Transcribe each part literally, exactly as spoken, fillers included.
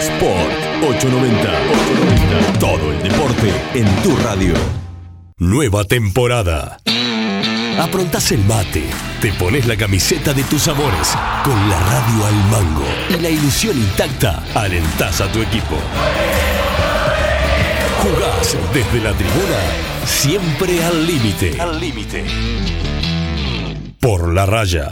Sport ochocientos noventa. Todo el deporte en tu radio. Nueva temporada. Aprontás el mate, te pones la camiseta de tus amores, con la radio al mango y la ilusión intacta, alentás a tu equipo. Jugás desde la tribuna, siempre al límite. Al límite. Por la raya.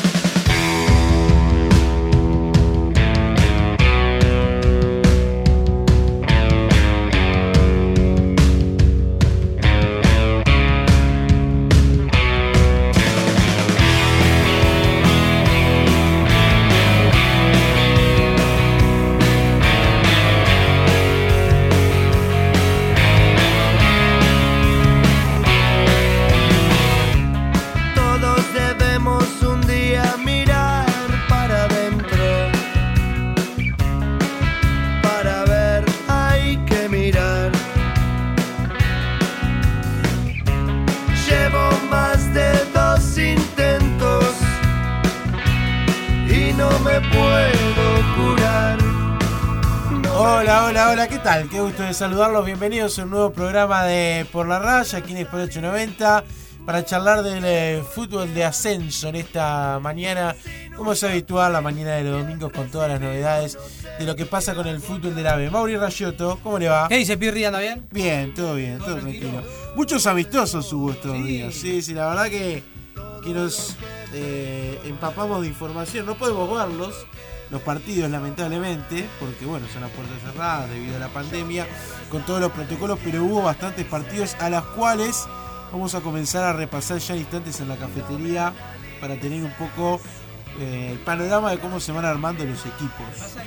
Qué gusto de saludarlos, bienvenidos a un nuevo programa de Por la Raya aquí en Sport ochocientos noventa para charlar del eh, fútbol de ascenso en esta mañana, como es habitual, la mañana de los domingos con todas las novedades de lo que pasa con el fútbol del A B. Mauri Rayotto, ¿cómo le va? ¿Qué dice Pirri? ¿Anda bien? Bien, todo bien, todo, todo tranquilo. Muchos amistosos hubo estos sí. días, sí, sí, la verdad que, que nos eh, empapamos de información, no podemos verlos los partidos lamentablemente, porque bueno, son las puertas cerradas debido a la pandemia, con todos los protocolos, pero hubo bastantes partidos a los cuales vamos a comenzar a repasar ya en instantes en la cafetería para tener un poco eh, el panorama de cómo se van armando los equipos.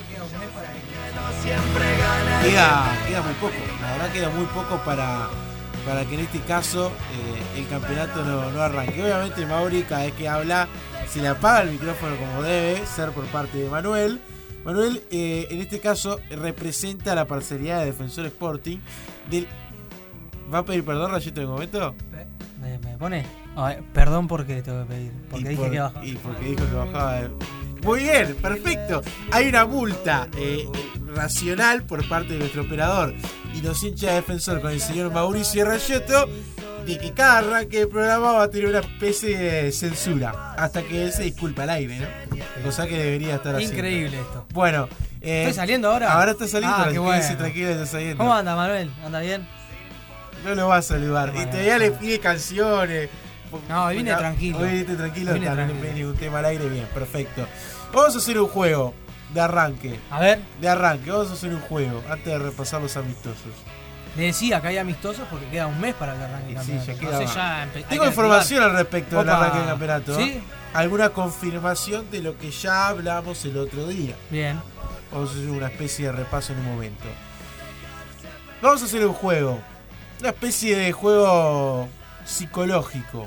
Queda, queda muy poco, la verdad queda muy poco para, para que en este caso eh, el campeonato no, no arranque. Obviamente Mauri cada vez que habla se le apaga el micrófono como debe ser por parte de Manuel. Manuel, eh, en este caso, representa la parcialidad de Defensor Sporting. Del... ¿Va a pedir perdón, Rayito, en el momento? ¿Me, me pone? Ay, perdón porque le tengo que pedir. Porque dije por, que bajaba. Y porque dijo que bajaba. De... Muy bien, perfecto. Hay una multa eh, racional por parte de nuestro operador y los hinchas de Defensor con el señor Mauricio Rayotto, de que cada arranque del programa va a tener una especie de censura hasta que él se disculpa al aire, ¿no? Cosa que debería estar haciendo. Increíble esto. Bueno, eh, ¿estoy saliendo ahora? Ahora está saliendo, ah, qué bueno. tranquilo, está saliendo. ¿Cómo anda, Manuel? ¿Anda bien? No lo va a saludar. Bueno, y todavía bueno. le pide canciones. No, hoy vine tranquilo. Hoy viniste tranquilo, vine está, no pide ningún tema al aire, bien, perfecto. Vamos a hacer un juego de arranque. A ver. De arranque, vamos a hacer un juego antes de repasar los amistosos. Le decía que hay amistosos porque queda un mes para que arranque el campeonato. Sí, ya queda. Entonces ya empe- Tengo información al respecto Opa. del arranque del campeonato. ¿Sí? Alguna confirmación de lo que ya hablamos el otro día. Bien. Vamos a hacer una especie de repaso en un momento. Vamos a hacer un juego. Una especie de juego psicológico.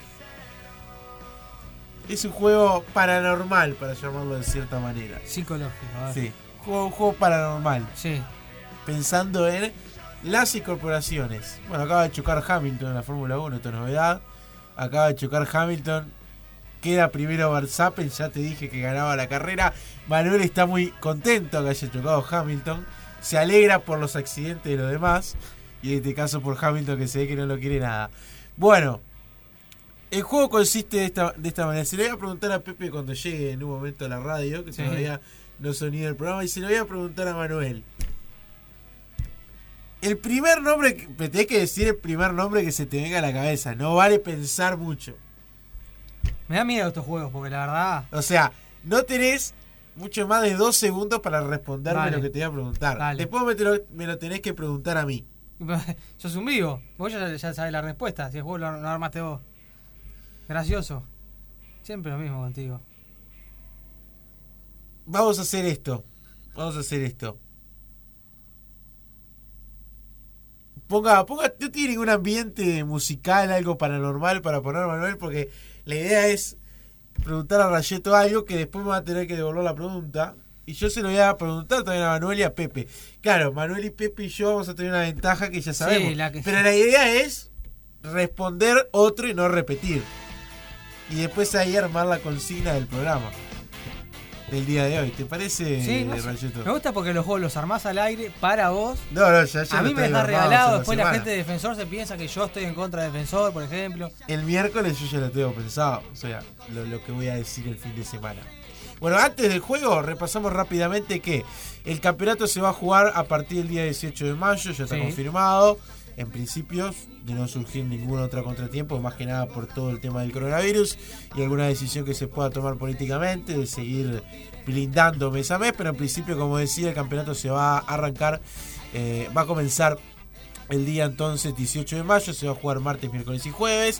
Es un juego paranormal, para llamarlo de cierta manera. Psicológico, a ver. Sí, juego, un juego paranormal. Sí. Pensando en las incorporaciones. Bueno, acaba de chocar Hamilton en la Fórmula uno, esto es novedad. Acaba de chocar Hamilton. Queda primero Verstappen, ya te dije que ganaba la carrera. Manuel está muy contento que haya chocado Hamilton. Se alegra por los accidentes de los demás. Y en este caso por Hamilton, que se ve que no lo quiere nada. Bueno, el juego consiste de esta, de esta manera. Se lo voy a preguntar a Pepe cuando llegue en un momento a la radio, que sí. todavía no sonido el programa. Y se lo voy a preguntar a Manuel. El primer nombre, que, me tenés que decir el primer nombre que se te venga a la cabeza. No vale pensar mucho. Me da miedo estos juegos porque la verdad... O sea, no tenés mucho más de dos segundos para responderme vale. lo que te voy a preguntar. Vale. Después me, te lo, me lo tenés que preguntar a mí. Sos un vivo. Vos ya, ya sabés la respuesta. Si el juego lo, lo armaste vos. Gracioso. Siempre lo mismo contigo. Vamos a hacer esto. Vamos a hacer esto. Ponga, ponga, no tiene ningún ambiente musical, algo paranormal para poner, Manuel, porque la idea es preguntar a Rayotto algo que después me va a tener que devolver la pregunta. Y yo se lo voy a preguntar también a Manuel y a Pepe. Claro, Manuel y Pepe y yo vamos a tener una ventaja que ya sabemos. Sí, la que pero sí. La idea es responder otro y no repetir. Y después ahí armar la consigna del programa. del día de hoy. ¿Te parece, Sí, no sé. Rayeto? Me gusta porque los juegos los armás al aire para vos. No, no, ya, ya A lo mí me traigo está armado regalado. hace Después una la semana. gente de Defensor se piensa que yo estoy en contra de Defensor, por ejemplo. El miércoles yo ya lo tengo pensado. O sea, lo, lo que voy a decir el fin de semana. Bueno, antes del juego, repasamos rápidamente que el campeonato se va a jugar a partir del día dieciocho de mayo, ya está Sí. confirmado. En principio, de no surgir ningún otro contratiempo, más que nada por todo el tema del coronavirus y alguna decisión que se pueda tomar políticamente de seguir blindando mes a mes. Pero en principio, como decía, el campeonato se va a arrancar, eh, va a comenzar el día entonces dieciocho de mayo, se va a jugar martes, miércoles y jueves.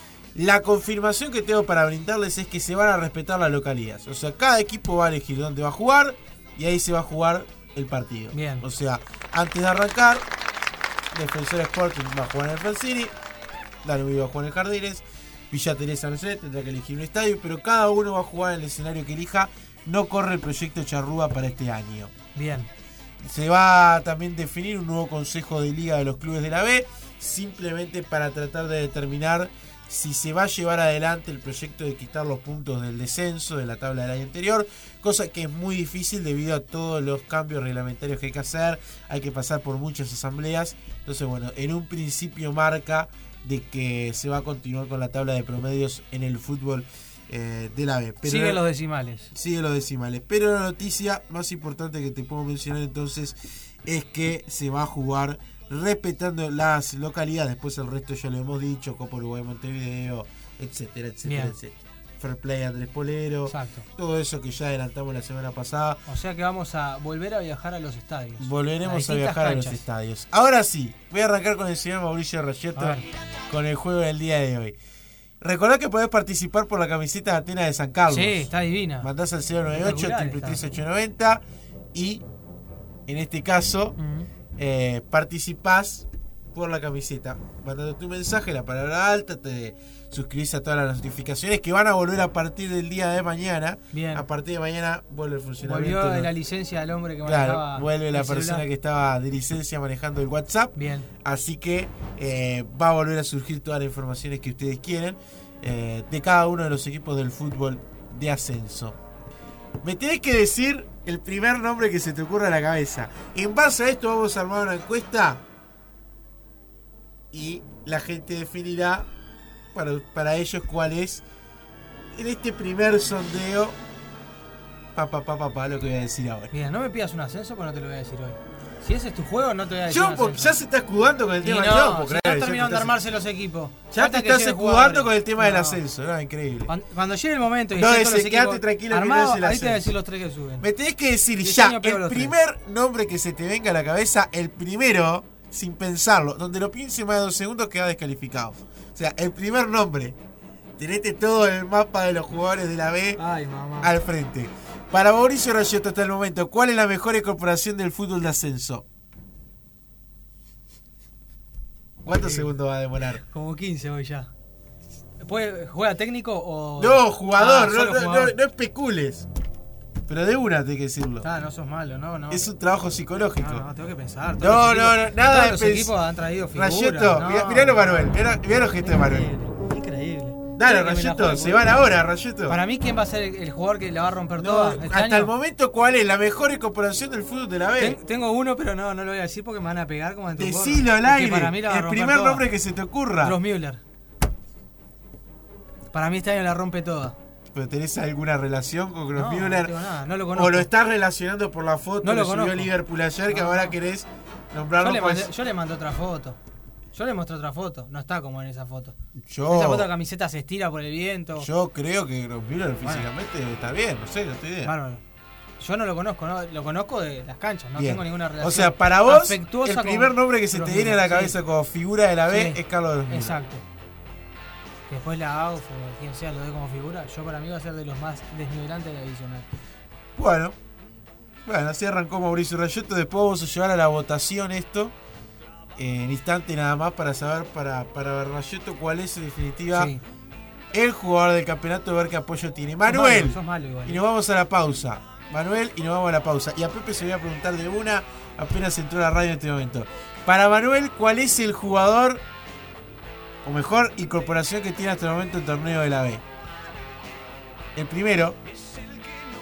La confirmación que tengo para brindarles es que se van a respetar las localidades. O sea, cada equipo va a elegir dónde va a jugar y ahí se va a jugar el partido. Bien. O sea, antes de arrancar, Defensor Sporting va a jugar en el Francini, Danubio va a jugar en el Jardines, Villa Teresa no sé, tendrá que elegir un estadio, pero cada uno va a jugar en el escenario que elija. No corre el proyecto Charrúa para este año. Bien. Se va a también definir un nuevo consejo de liga de los clubes de la B, simplemente para tratar de determinar si se va a llevar adelante el proyecto de quitar los puntos del descenso de la tabla del año anterior, cosa que es muy difícil debido a todos los cambios reglamentarios que hay que hacer, hay que pasar por muchas asambleas. Entonces, bueno, en un principio marca de que se va a continuar con la tabla de promedios en el fútbol eh, de la B. Pero Sigue los decimales. Sigue los decimales. Pero la noticia más importante que te puedo mencionar entonces es que se va a jugar respetando las localidades. Después el resto ya lo hemos dicho: Copa Uruguay, Montevideo, etcétera, etcétera, Bien. etcétera. Fair Play Andrés Polero. Exacto. Todo eso que ya adelantamos la semana pasada. O sea que vamos a volver a viajar a los estadios. Volveremos a, distintas viajar canchas. a los estadios. Ahora sí, voy a arrancar con el señor Mauricio Rayeto A ver. con el juego del día de hoy. Recordá que podés participar por la camiseta de Atenas de San Carlos. Sí, está divina. Mandás al cero nueve ocho, Espectacular triple tres está. ocho noventa y en este caso Mm. eh, participás por la camiseta. Mandando tu mensaje, la palabra alta, te suscribís a todas las notificaciones que van a volver a partir del día de mañana. Bien. A partir de mañana vuelve el funcionamiento. Volvió de ¿no? la licencia del hombre que manejaba. Claro, vuelve la el persona celular. que estaba de licencia manejando el WhatsApp. Bien. Así que eh, va a volver a surgir todas las informaciones que ustedes quieren eh, de cada uno de los equipos del fútbol de ascenso. Me tenés que decir el primer nombre que se te ocurra a la cabeza. En base a esto vamos a armar una encuesta y la gente definirá para, para ellos cuál es en este primer sondeo. Pa, pa, pa, pa, pa, lo que voy a decir ahora. Mira, no me pidas un ascenso porque no te lo voy a decir hoy. Si ese es tu juego, no te voy a decir Yo, un po- ascenso. ya se está escudando con el Y tema no, del juego, si creer, no ya te terminaron de estás- armarse los equipos. Ya Falta te que estás lleguen escudando jugadores. con el tema del No. ascenso, no, increíble. Cuando, cuando llegue el momento y No, estén todos ese, los quédate equipos tranquilo que no armados, es el ahí te voy a ascenso. decir los tres que suben. Me tenés que decir Y este ya año pego el los tres. primer nombre que se te venga a la cabeza, el primero, sin pensarlo, donde lo piense más de dos segundos queda descalificado. O sea, el primer nombre. Tenete todo el mapa de los jugadores de la B Ay, mamá. al frente. Para Mauricio Rayeto hasta el momento, ¿cuál es la mejor incorporación del fútbol de ascenso? ¿Cuántos Sí. segundos va a demorar? Como quince hoy ya. ¿Puede, ¿Juega técnico o.? No, jugador, Ah, no, solo no, jugador. no, no especules. Pero de una tenés que decirlo. Ah, no sos malo, no, no. Es un trabajo psicológico. No, no, tengo que pensar. No, Todos los no, equipos- no, nada todos de los pens- equipos han traído figuras. Rayeto, no, mirá, miralo no. Manuel, mirá, mirá los gestos de Manuel. Increíble, increíble. Dale, Quiere que me la Rayeto, juegue se por- van ahora, Rayeto. Para mí, ¿quién va a ser el, el jugador que la va a romper No, toda este hasta año? el momento, ¿cuál es la mejor incorporación del fútbol de la B? Ten- tengo uno, pero no, no lo voy a decir porque me van a pegar como en Decilo al aire, Para mí la va a el romper primer toda. nombre que se te ocurra. Gross Müller. Para mí este año la rompe toda. ¿Pero tenés alguna relación con Gross No, Müller? no tengo nada, no lo conozco. ¿O lo estás relacionando por la foto No lo que subió conozco. Liverpool ayer que No. ahora querés Yo nombrarlo? le, pues- mandé, yo le mandé otra foto. Yo le mostré otra foto. No está como en esa foto. yo, Esa foto de camiseta se estira por el viento. yo creo que Gross Müller físicamente está bien, no sé, no estoy idea. Bárbaro. Yo no lo conozco, ¿no? Lo conozco de las canchas, no Bien. tengo ninguna relación. O sea, para vos, afectuosa el con primer nombre que se Gross te viene a la Müller, cabeza sí. como figura de la B Sí. es Carlos Gross Müller. Exacto. Que después la A U F o quien sea lo dé como figura. Yo para mí va a ser de los más desnivelantes de la divisional. Bueno, bueno, así arrancó Mauricio Rayeto. Después vamos a llevar a la votación esto. eh, en instante nada más para saber para, para Rayeto cuál es en definitiva Sí. el jugador del campeonato, ver qué apoyo tiene. Sos Manuel, malo, sos malo igual. y nos vamos a la pausa. Manuel, y nos vamos a la pausa. Y a Pepe se voy a preguntar de una, apenas entró a la radio en este momento. Para Manuel, ¿cuál es el jugador o mejor incorporación que tiene hasta el momento el torneo de la B? El primero,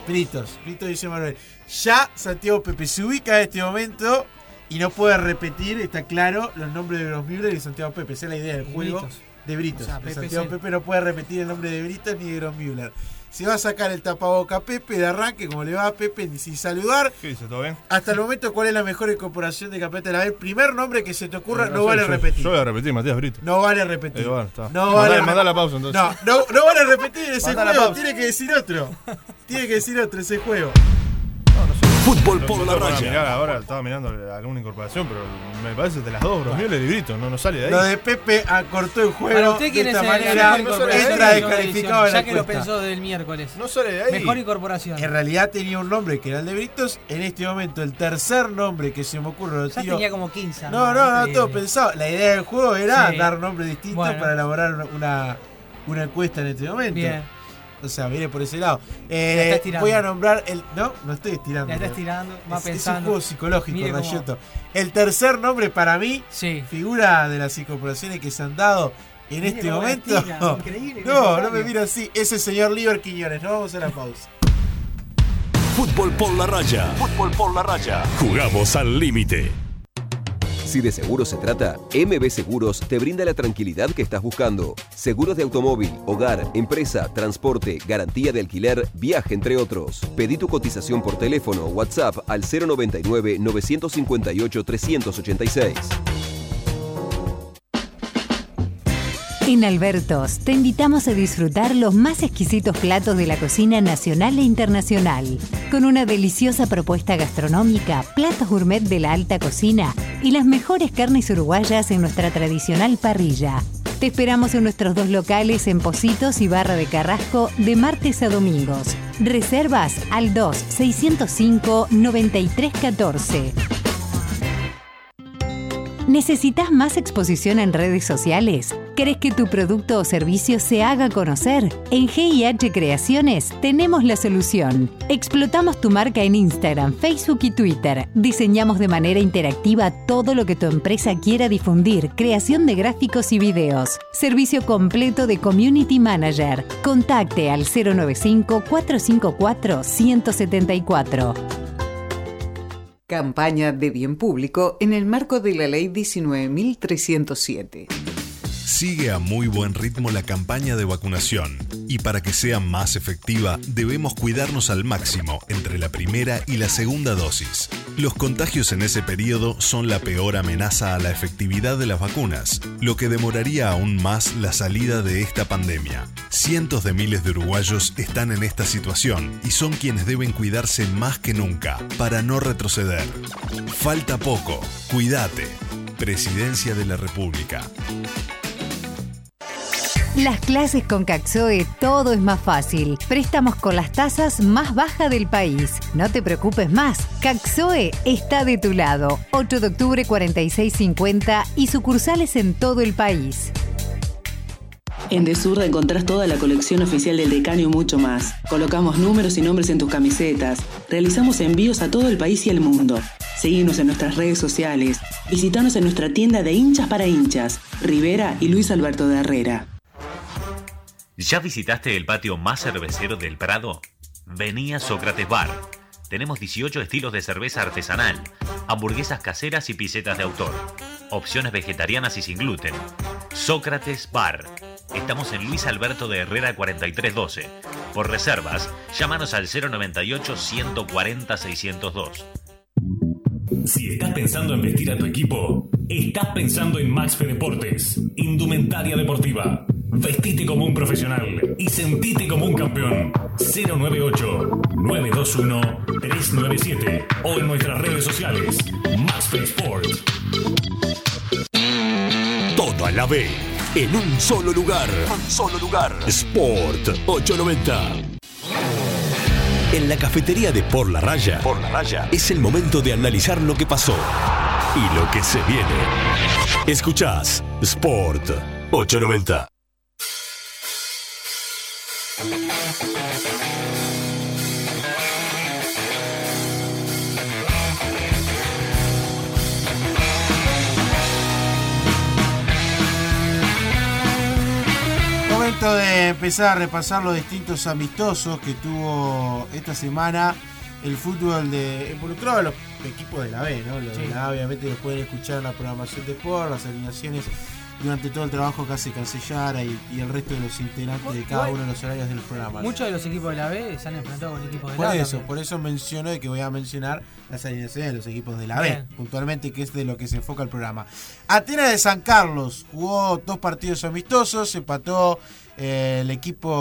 Britos, Britos dice Manuel. Ya Santiago Pepe se ubica en este momento y no puede repetir, está claro, los nombres de Grossmüller y Santiago Pepe. Esa es la idea del juego. Britos. De Britos. O sea, De Pepe Santiago sí. Pepe no puede repetir el nombre de Britos ni de Grossmüller. Se va a sacar el tapaboca a Pepe de arranque, como le va a Pepe, ni sin saludar. ¿Qué dice? ¿Todo bien? Hasta el momento, ¿cuál es la mejor incorporación de campeonato de la B? Primer nombre que se te ocurra, no, sé, vale yo, repetir. Yo voy a repetir, Matías Brito. No vale repetir. Eh, bueno, está. No Mandá- vale mandá la pausa, entonces. No, no, no vale repetir ese Mandá la juego. pausa. Tiene que decir otro. Tiene que decir otro ese juego. No, no sé. Fútbol Lo- por lo la tengo para raya. mirar ahora, estaba mirando alguna incorporación, pero me parece de las dos, Grossmüller y Brito, no, no sale de ahí. Lo de Pepe acortó el juego. Para usted, de ¿quién es esta el manera mejor incorporación entra de la descalificado de la Ya que lo encuesta. pensó del miércoles. No sale de ahí. Mejor incorporación. En realidad tenía un nombre que era el de Britos. En este momento, el tercer nombre que se me ocurre lo Ya tiro. tenía como quince. No, no, no, todo pensado. La idea del juego era Sí. dar nombres distintos Bueno. para elaborar una, una, una encuesta en este momento. Bien. O sea, viene por ese lado. La Eh, está estirando. voy a nombrar el. No, no estoy estirando. La está ¿no? estirando, va Es, es un pensando. juego psicológico, Mire cómo- Rayoto. El tercer nombre para mí, Sí. figura de las incorporaciones que se han dado en Mire este cómo la momento. estira, increíble, No, no necesario. me mira así. Es el señor Liber Quiñones. No vamos a la pausa. Fútbol por la raya. Fútbol por la raya. Jugamos al límite. Si de seguros se trata, M B Seguros te brinda la tranquilidad que estás buscando. Seguros de automóvil, hogar, empresa, transporte, garantía de alquiler, viaje, entre otros. Pedí tu cotización por teléfono o WhatsApp al cero noventa y nueve, novecientos cincuenta y ocho, trescientos ochenta y seis. En Albertos te invitamos a disfrutar los más exquisitos platos de la cocina nacional e internacional, con una deliciosa propuesta gastronómica, platos gourmet de la alta cocina y las mejores carnes uruguayas en nuestra tradicional parrilla. Te esperamos en nuestros dos locales en Pocitos y Barra de Carrasco de martes a domingos. Reservas al dos seiscientos cinco, noventa y tres catorce. ¿Necesitas más exposición en redes sociales? ¿Crees que tu producto o servicio se haga conocer? En G I H Creaciones tenemos la solución. Explotamos tu marca en Instagram, Facebook y Twitter. Diseñamos de manera interactiva todo lo que tu empresa quiera difundir, creación de gráficos y videos. Servicio completo de Community Manager. Contacte al cero noventa y cinco, cuatrocientos cincuenta y cuatro, ciento setenta y cuatro. Campaña de bien público en el marco de la Ley diecinueve mil trescientos siete. Sigue a muy buen ritmo la campaña de vacunación y para que sea más efectiva debemos cuidarnos al máximo entre la primera y la segunda dosis. Los contagios en ese periodo son la peor amenaza a la efectividad de las vacunas, lo que demoraría aún más la salida de esta pandemia. Cientos de miles de uruguayos están en esta situación y son quienes deben cuidarse más que nunca para no retroceder. Falta poco, cuídate. Presidencia de la República. Las clases con Caxoe todo es más fácil. Préstamos con las tasas más bajas del país. No te preocupes más. Caxoe está de tu lado. ocho de octubre cuarenta y seis cincuenta y sucursales en todo el país. En Desurda encontrás toda la colección oficial del Decano y mucho más. Colocamos números y nombres en tus camisetas. Realizamos envíos a todo el país y el mundo. Seguinos en nuestras redes sociales. Visítanos en nuestra tienda de hinchas para hinchas, Rivera y Luis Alberto de Herrera. ¿Ya visitaste el patio más cervecero del Prado? Vení a Sócrates Bar. Tenemos dieciocho estilos de cerveza artesanal, hamburguesas caseras y pisetas de autor. Opciones vegetarianas y sin gluten. Sócrates Bar. Estamos en Luis Alberto de Herrera cuarenta y tres doce. Por reservas, llámanos al cero noventa y ocho, ciento cuarenta, seiscientos dos. Si estás pensando en vestir a tu equipo, estás pensando en Maxfe Deportes, indumentaria deportiva. Vestite como un profesional y sentite como un campeón. cero noventa y ocho, nueve dos uno, tres nueve siete o en nuestras redes sociales. Maxfe Sport. Todo a la B, en un solo lugar. Un solo lugar. Sport ochocientos noventa. En la cafetería de Por la Raya, Por la Raya, es el momento de analizar lo que pasó y lo que se viene. Escuchás Sport ochocientos noventa. Momento de de empezar a repasar los distintos amistosos que tuvo esta semana el fútbol de involucrado a los equipos de la B, ¿no? Los Sí. de la A obviamente los pueden escuchar en la programación de Sport, las alineaciones durante todo el trabajo que hace Cancellara y, y el resto de los integrantes de cada uno de los horarios del programa. Muchos de los equipos de la B se han enfrentado con equipos de Por la A. eso, también. por eso menciono de que voy a mencionar las alineaciones de los equipos de la Bien. B, puntualmente, que es de lo que se enfoca el programa. Atenas de San Carlos jugó dos partidos amistosos, empató eh, el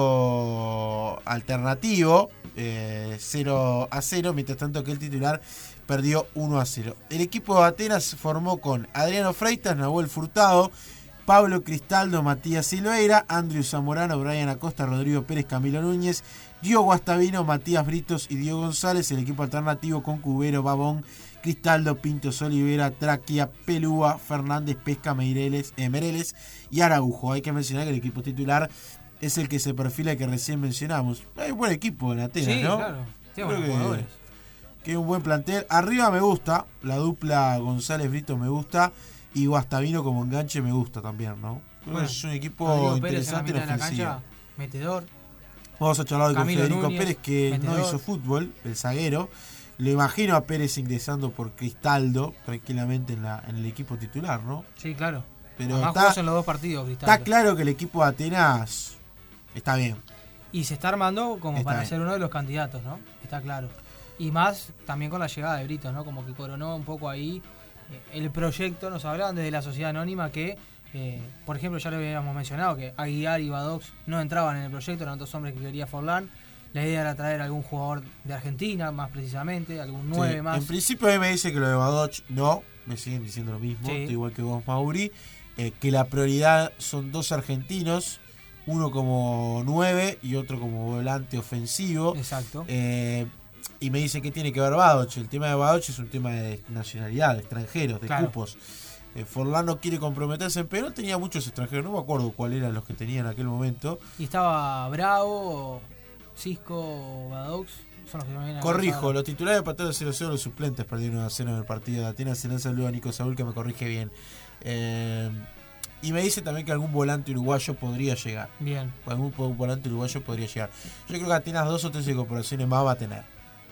equipo alternativo eh, cero a cero, mientras tanto que el titular perdió uno a cero. El equipo de Atenas se formó con Adriano Freitas, Nahuel Furtado, Pablo Cristaldo, Matías Silveira, Andrew Zamorano, Brian Acosta, Rodrigo Pérez, Camilo Núñez, Diogo Guastavino, Matías Britos y Diego González. El equipo alternativo con Cubero, Babón, Cristaldo, Pintos, Olivera, Traquia, Pelúa, Fernández, Pesca, Meireles, eh, Mereles y Araujo. Hay que mencionar que el equipo titular es el que se perfila que recién mencionamos. Hay un buen equipo en Atenas, Sí, ¿no? claro. Tiene Creo buenos que, jugadores. que es un buen plantel. Arriba me gusta, la dupla González Brito me gusta y Guastavino como enganche me gusta también, ¿no? Creo Bueno, que es un equipo Rodrigo Pérez interesante en la en mitad de la ofensiva. cancha, metedor. Vamos a charlar hoy con Camilo Federico Núñez, Pérez, que metedor. no hizo fútbol, el zaguero. Le imagino a Pérez ingresando por Cristaldo tranquilamente en, la, en el equipo titular, ¿no? Sí, claro. Pero Además está, jugó en los dos partidos, Cristaldo. está claro que el equipo de Atenas está bien. Y se está armando como Está para bien. ser uno de los candidatos, ¿no? Está claro. Y más también con la llegada de Brito, ¿no? Como que coronó un poco ahí eh, el proyecto. Nos hablaban desde la sociedad anónima que, eh, por ejemplo, ya lo habíamos mencionado, que Aguiar y Badox no entraban en el proyecto, eran dos hombres que quería Forlán. La idea era traer algún jugador de Argentina, más precisamente, algún nueve Sí, más. En principio a mí me dice que lo de Badoch no, me siguen diciendo lo mismo, Sí. estoy igual que vos, Mauri, eh, que la prioridad son dos argentinos, uno como nueve y otro como volante ofensivo. Exacto. Eh, y me dice que tiene que ver Badoch. El tema de Badoch es un tema de nacionalidad, de extranjeros, de Claro. cupos. Eh, Forlán no quiere comprometerse, pero tenía muchos extranjeros, no me acuerdo cuáles eran los que tenía en aquel momento. Y estaba Bravo, Cisco, Badox. Son los que me vienen a la Corrijo, cabeza. los titulares empataron cero a cero, los suplentes perdieron uno a cero en el partido de Atenas. Se le saludo a Nico Saúl que me corrige bien. Eh, y me dice también que algún volante uruguayo podría llegar. Bien. Algún po- volante uruguayo podría llegar. Yo creo que Atenas dos o tres incorporaciones más va a tener.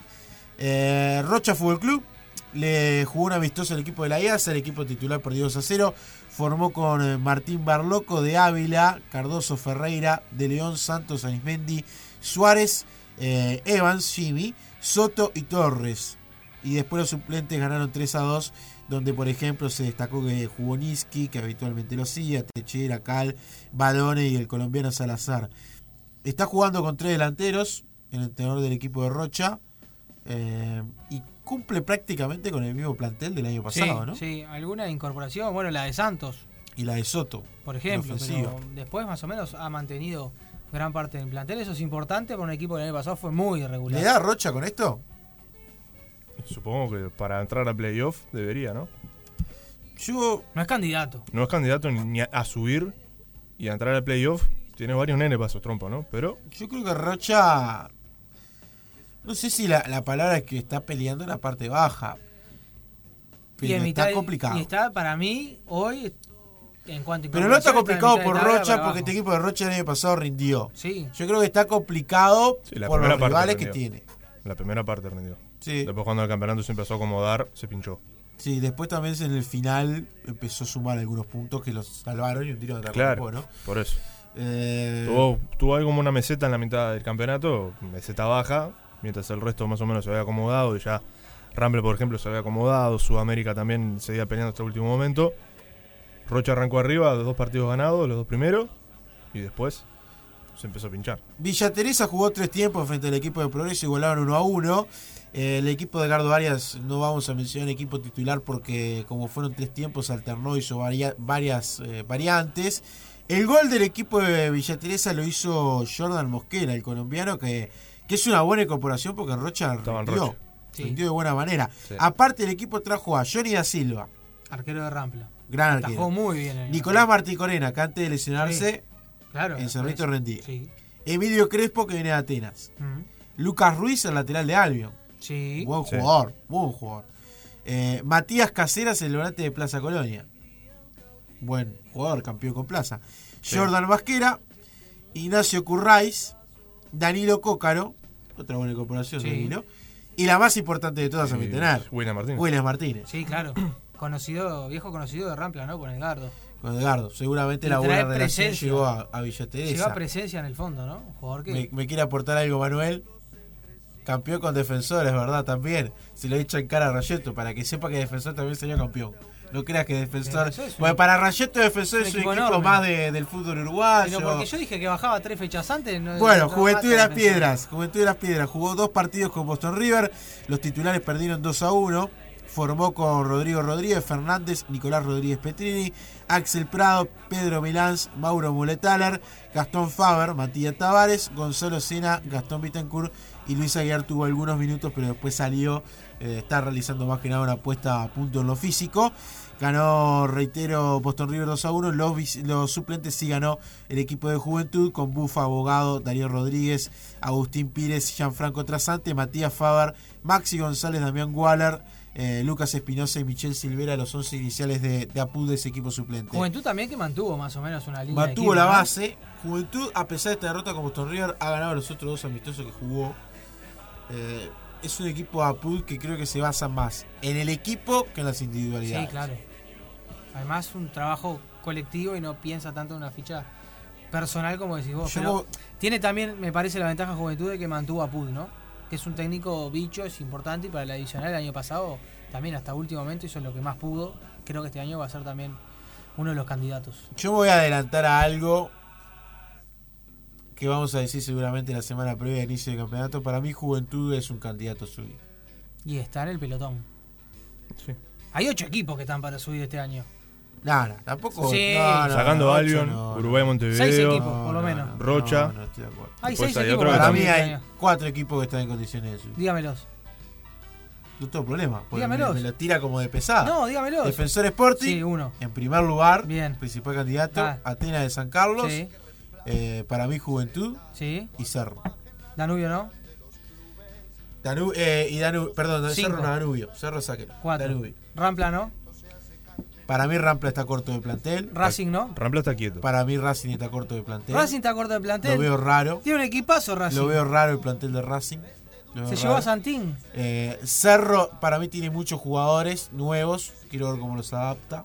Eh, Rocha Fútbol Club le jugó un amistoso al equipo de la I A S A. El equipo titular perdió dos a cero. Formó con eh, Martín Barloco de Ávila, Cardoso Ferreira, De León, Santos, Anismendi, Suárez, eh, Evans, Jimmy, Soto y Torres. Y después los suplentes ganaron tres a dos, donde por ejemplo se destacó que jugó Niski, que habitualmente lo hacía, Techera, Cal, Badone y el colombiano Salazar. Está jugando con tres delanteros, el entrenador del equipo de Rocha, eh, y cumple prácticamente con el mismo plantel del año pasado, sí, ¿no? Sí, alguna incorporación, bueno, la de Santos, Y la de Soto, por ejemplo, la ofensiva. pero después más o menos ha mantenido gran parte del plantel. Eso es importante para un equipo que el año pasado fue muy irregular. ¿Le da Rocha con esto? Supongo que para entrar a playoff debería, ¿no? Yo... No es candidato. No es candidato ni ni a, a subir y a entrar a playoff. Tiene varios nenes para su trompa, ¿no? Pero Yo creo que Rocha... No sé si la, la palabra es que está peleando en la parte baja. Pero y en está mitad- complicado. Y está, para mí, hoy, en cuanto a Pero no está incorporación, complicado en por mitad de tabla Rocha para porque abajo. este equipo de Rocha el año pasado rindió. Sí. Yo creo que está complicado sí, la por primera los parte rivales que rindió. tiene. La primera parte rindió. Sí. Después cuando el campeonato se empezó a acomodar, se pinchó. Sí, después también en el final empezó a sumar algunos puntos que los salvaron y un tiro de la Claro, ¿no? por eso. Eh, Tuvo, tuvo ahí como una meseta en la mitad del campeonato, meseta baja, mientras el resto más o menos se había acomodado y ya Ramble, por ejemplo, se había acomodado, Sudamérica también seguía peleando hasta el último momento. Rocha arrancó arriba, los dos partidos ganados, los dos primeros, y después se empezó a pinchar. Villa Teresa jugó tres tiempos frente al equipo de Progreso, igualaron uno a uno. Eh, el equipo de Gardo Arias no vamos a mencionar equipo titular porque como fueron tres tiempos alternó, hizo varia- varias eh, variantes. El gol del equipo de Villa Teresa lo hizo Jordan Mosquera, el colombiano, que, que es una buena incorporación porque Rocha Estaba en rindió, Rocha. Sí. rindió de buena manera. Sí. Aparte el equipo trajo a Johnny da Silva, Arquero de Rampla. gran Atajó arquero. muy bien. el- Nicolás Martí Corena, que antes de lesionarse Sí, claro. en Cerrito por eso. rendía. Sí. Emilio Crespo, que viene de Atenas. Ujú. Lucas Ruiz, el lateral de Albion. Sí. Buen Sí. jugador, buen jugador. Eh, Matías Caseras, el volante de Plaza Colonia. Buen jugador, campeón con Plaza. Sí. Jordan Vasquera Ignacio Currais, Danilo Cócaro, otra buena incorporación, Sí. Danilo, y la más importante de todas a mi tener, William Martínez. William Martínez. Sí, claro. Conocido, viejo conocido de Rampla, ¿no? Con Edgardo. Con Edgardo, seguramente Y la buena trae relación presencia. llegó a, a Villa Teresa. Lleva presencia en el fondo, ¿no? Un jugador que... Me, me quiere aportar algo, Manuel. Campeón con Defensores, ¿verdad? También. Se lo he dicho en cara a Rayeto, para que sepa que Defensor también salió campeón. No creas que Defensor... Defensor es un- Bueno, para Rayeto Defensor un es un equipo equipo enorme. más de- del fútbol uruguayo. Pero porque yo dije que bajaba tres fechas antes. No, Bueno, no Juventud de mata las Defensor. Piedras. Juventud de las Piedras. Jugó dos partidos con Boston River. Los titulares perdieron dos a uno. Formó con Rodrigo Rodríguez, Fernández, Nicolás Rodríguez Petrini, Axel Prado, Pedro Milans, Mauro Muletaler, Gastón Faber, Matías Tavares, Gonzalo Sena, Gastón Bittencourt y Luis Aguiar tuvo algunos minutos, pero después salió, eh, está realizando más que nada una apuesta a punto en lo físico. Ganó, reitero, Boston River dos a uno. Los, vis- los suplentes sí ganó el equipo de Juventud con Bufa, Abogado, Darío Rodríguez, Agustín Pires, Gianfranco Trasante, Matías Faber, Maxi González, Damián Waller, eh, Lucas Espinosa y Michel Silvera, los once iniciales de, de A P U de ese equipo suplente. Juventud también que mantuvo más o menos una línea. Mantuvo de la equipo, ¿no? base. Juventud, a pesar de esta derrota con Boston River, ha ganado los otros dos amistosos que jugó. Eh, es un equipo A P U que creo que se basa más en el equipo que en las individualidades. Sí, claro. Además, un trabajo colectivo y no piensa tanto en una ficha personal como decís vos. Yo Pero mo- tiene también, me parece, la ventaja Juventud de que mantuvo a Pud, ¿no? Que es un técnico bicho, es importante y para la adicional el año pasado también hasta último momento hizo lo que más pudo. Creo que este año va a ser también uno de los candidatos. Yo me voy a adelantar a algo que vamos a decir seguramente la semana previa de inicio del campeonato. Para mí Juventud es un candidato a subir. Y está en el pelotón. Sí. Hay ocho equipos que están para subir este año. No, no, tampoco. Sí. no, no, Sacando no, a ocho Albion, no, Uruguay no. Montevideo. Seis equipos, por lo menos. Rocha. No, no estoy de acuerdo. Hay Después seis hay equipos otro que Para para mí subir este hay año. cuatro equipos que están en condiciones de subir. Dígamelos. No tengo problema. porque Dígamelos. Me, me lo tira como de pesada. No, dígamelos. Defensor Sporting. Sí, uno. En primer lugar. Bien. Principal candidato. Ah. Atenas de San Carlos. Sí, Eh, para mí Juventud. sí. Y Cerro. Danubio, ¿no? Danu eh, y Danubio. Perdón, Cinco. Cerro no, Danubio. Cerro sáquelo. Cuatro. Danubio. Rampla, ¿no? Para mí Rampla está corto de plantel. Racing, ¿no? Rampla está quieto. Para mí Racing está corto de plantel. Racing está corto de plantel. Lo veo raro. Tiene un equipazo Racing. Lo veo raro el plantel de Racing. Lo veo Se raro. llevó a Santín. Eh, Cerro para mí tiene muchos jugadores nuevos. Quiero ver cómo los adapta.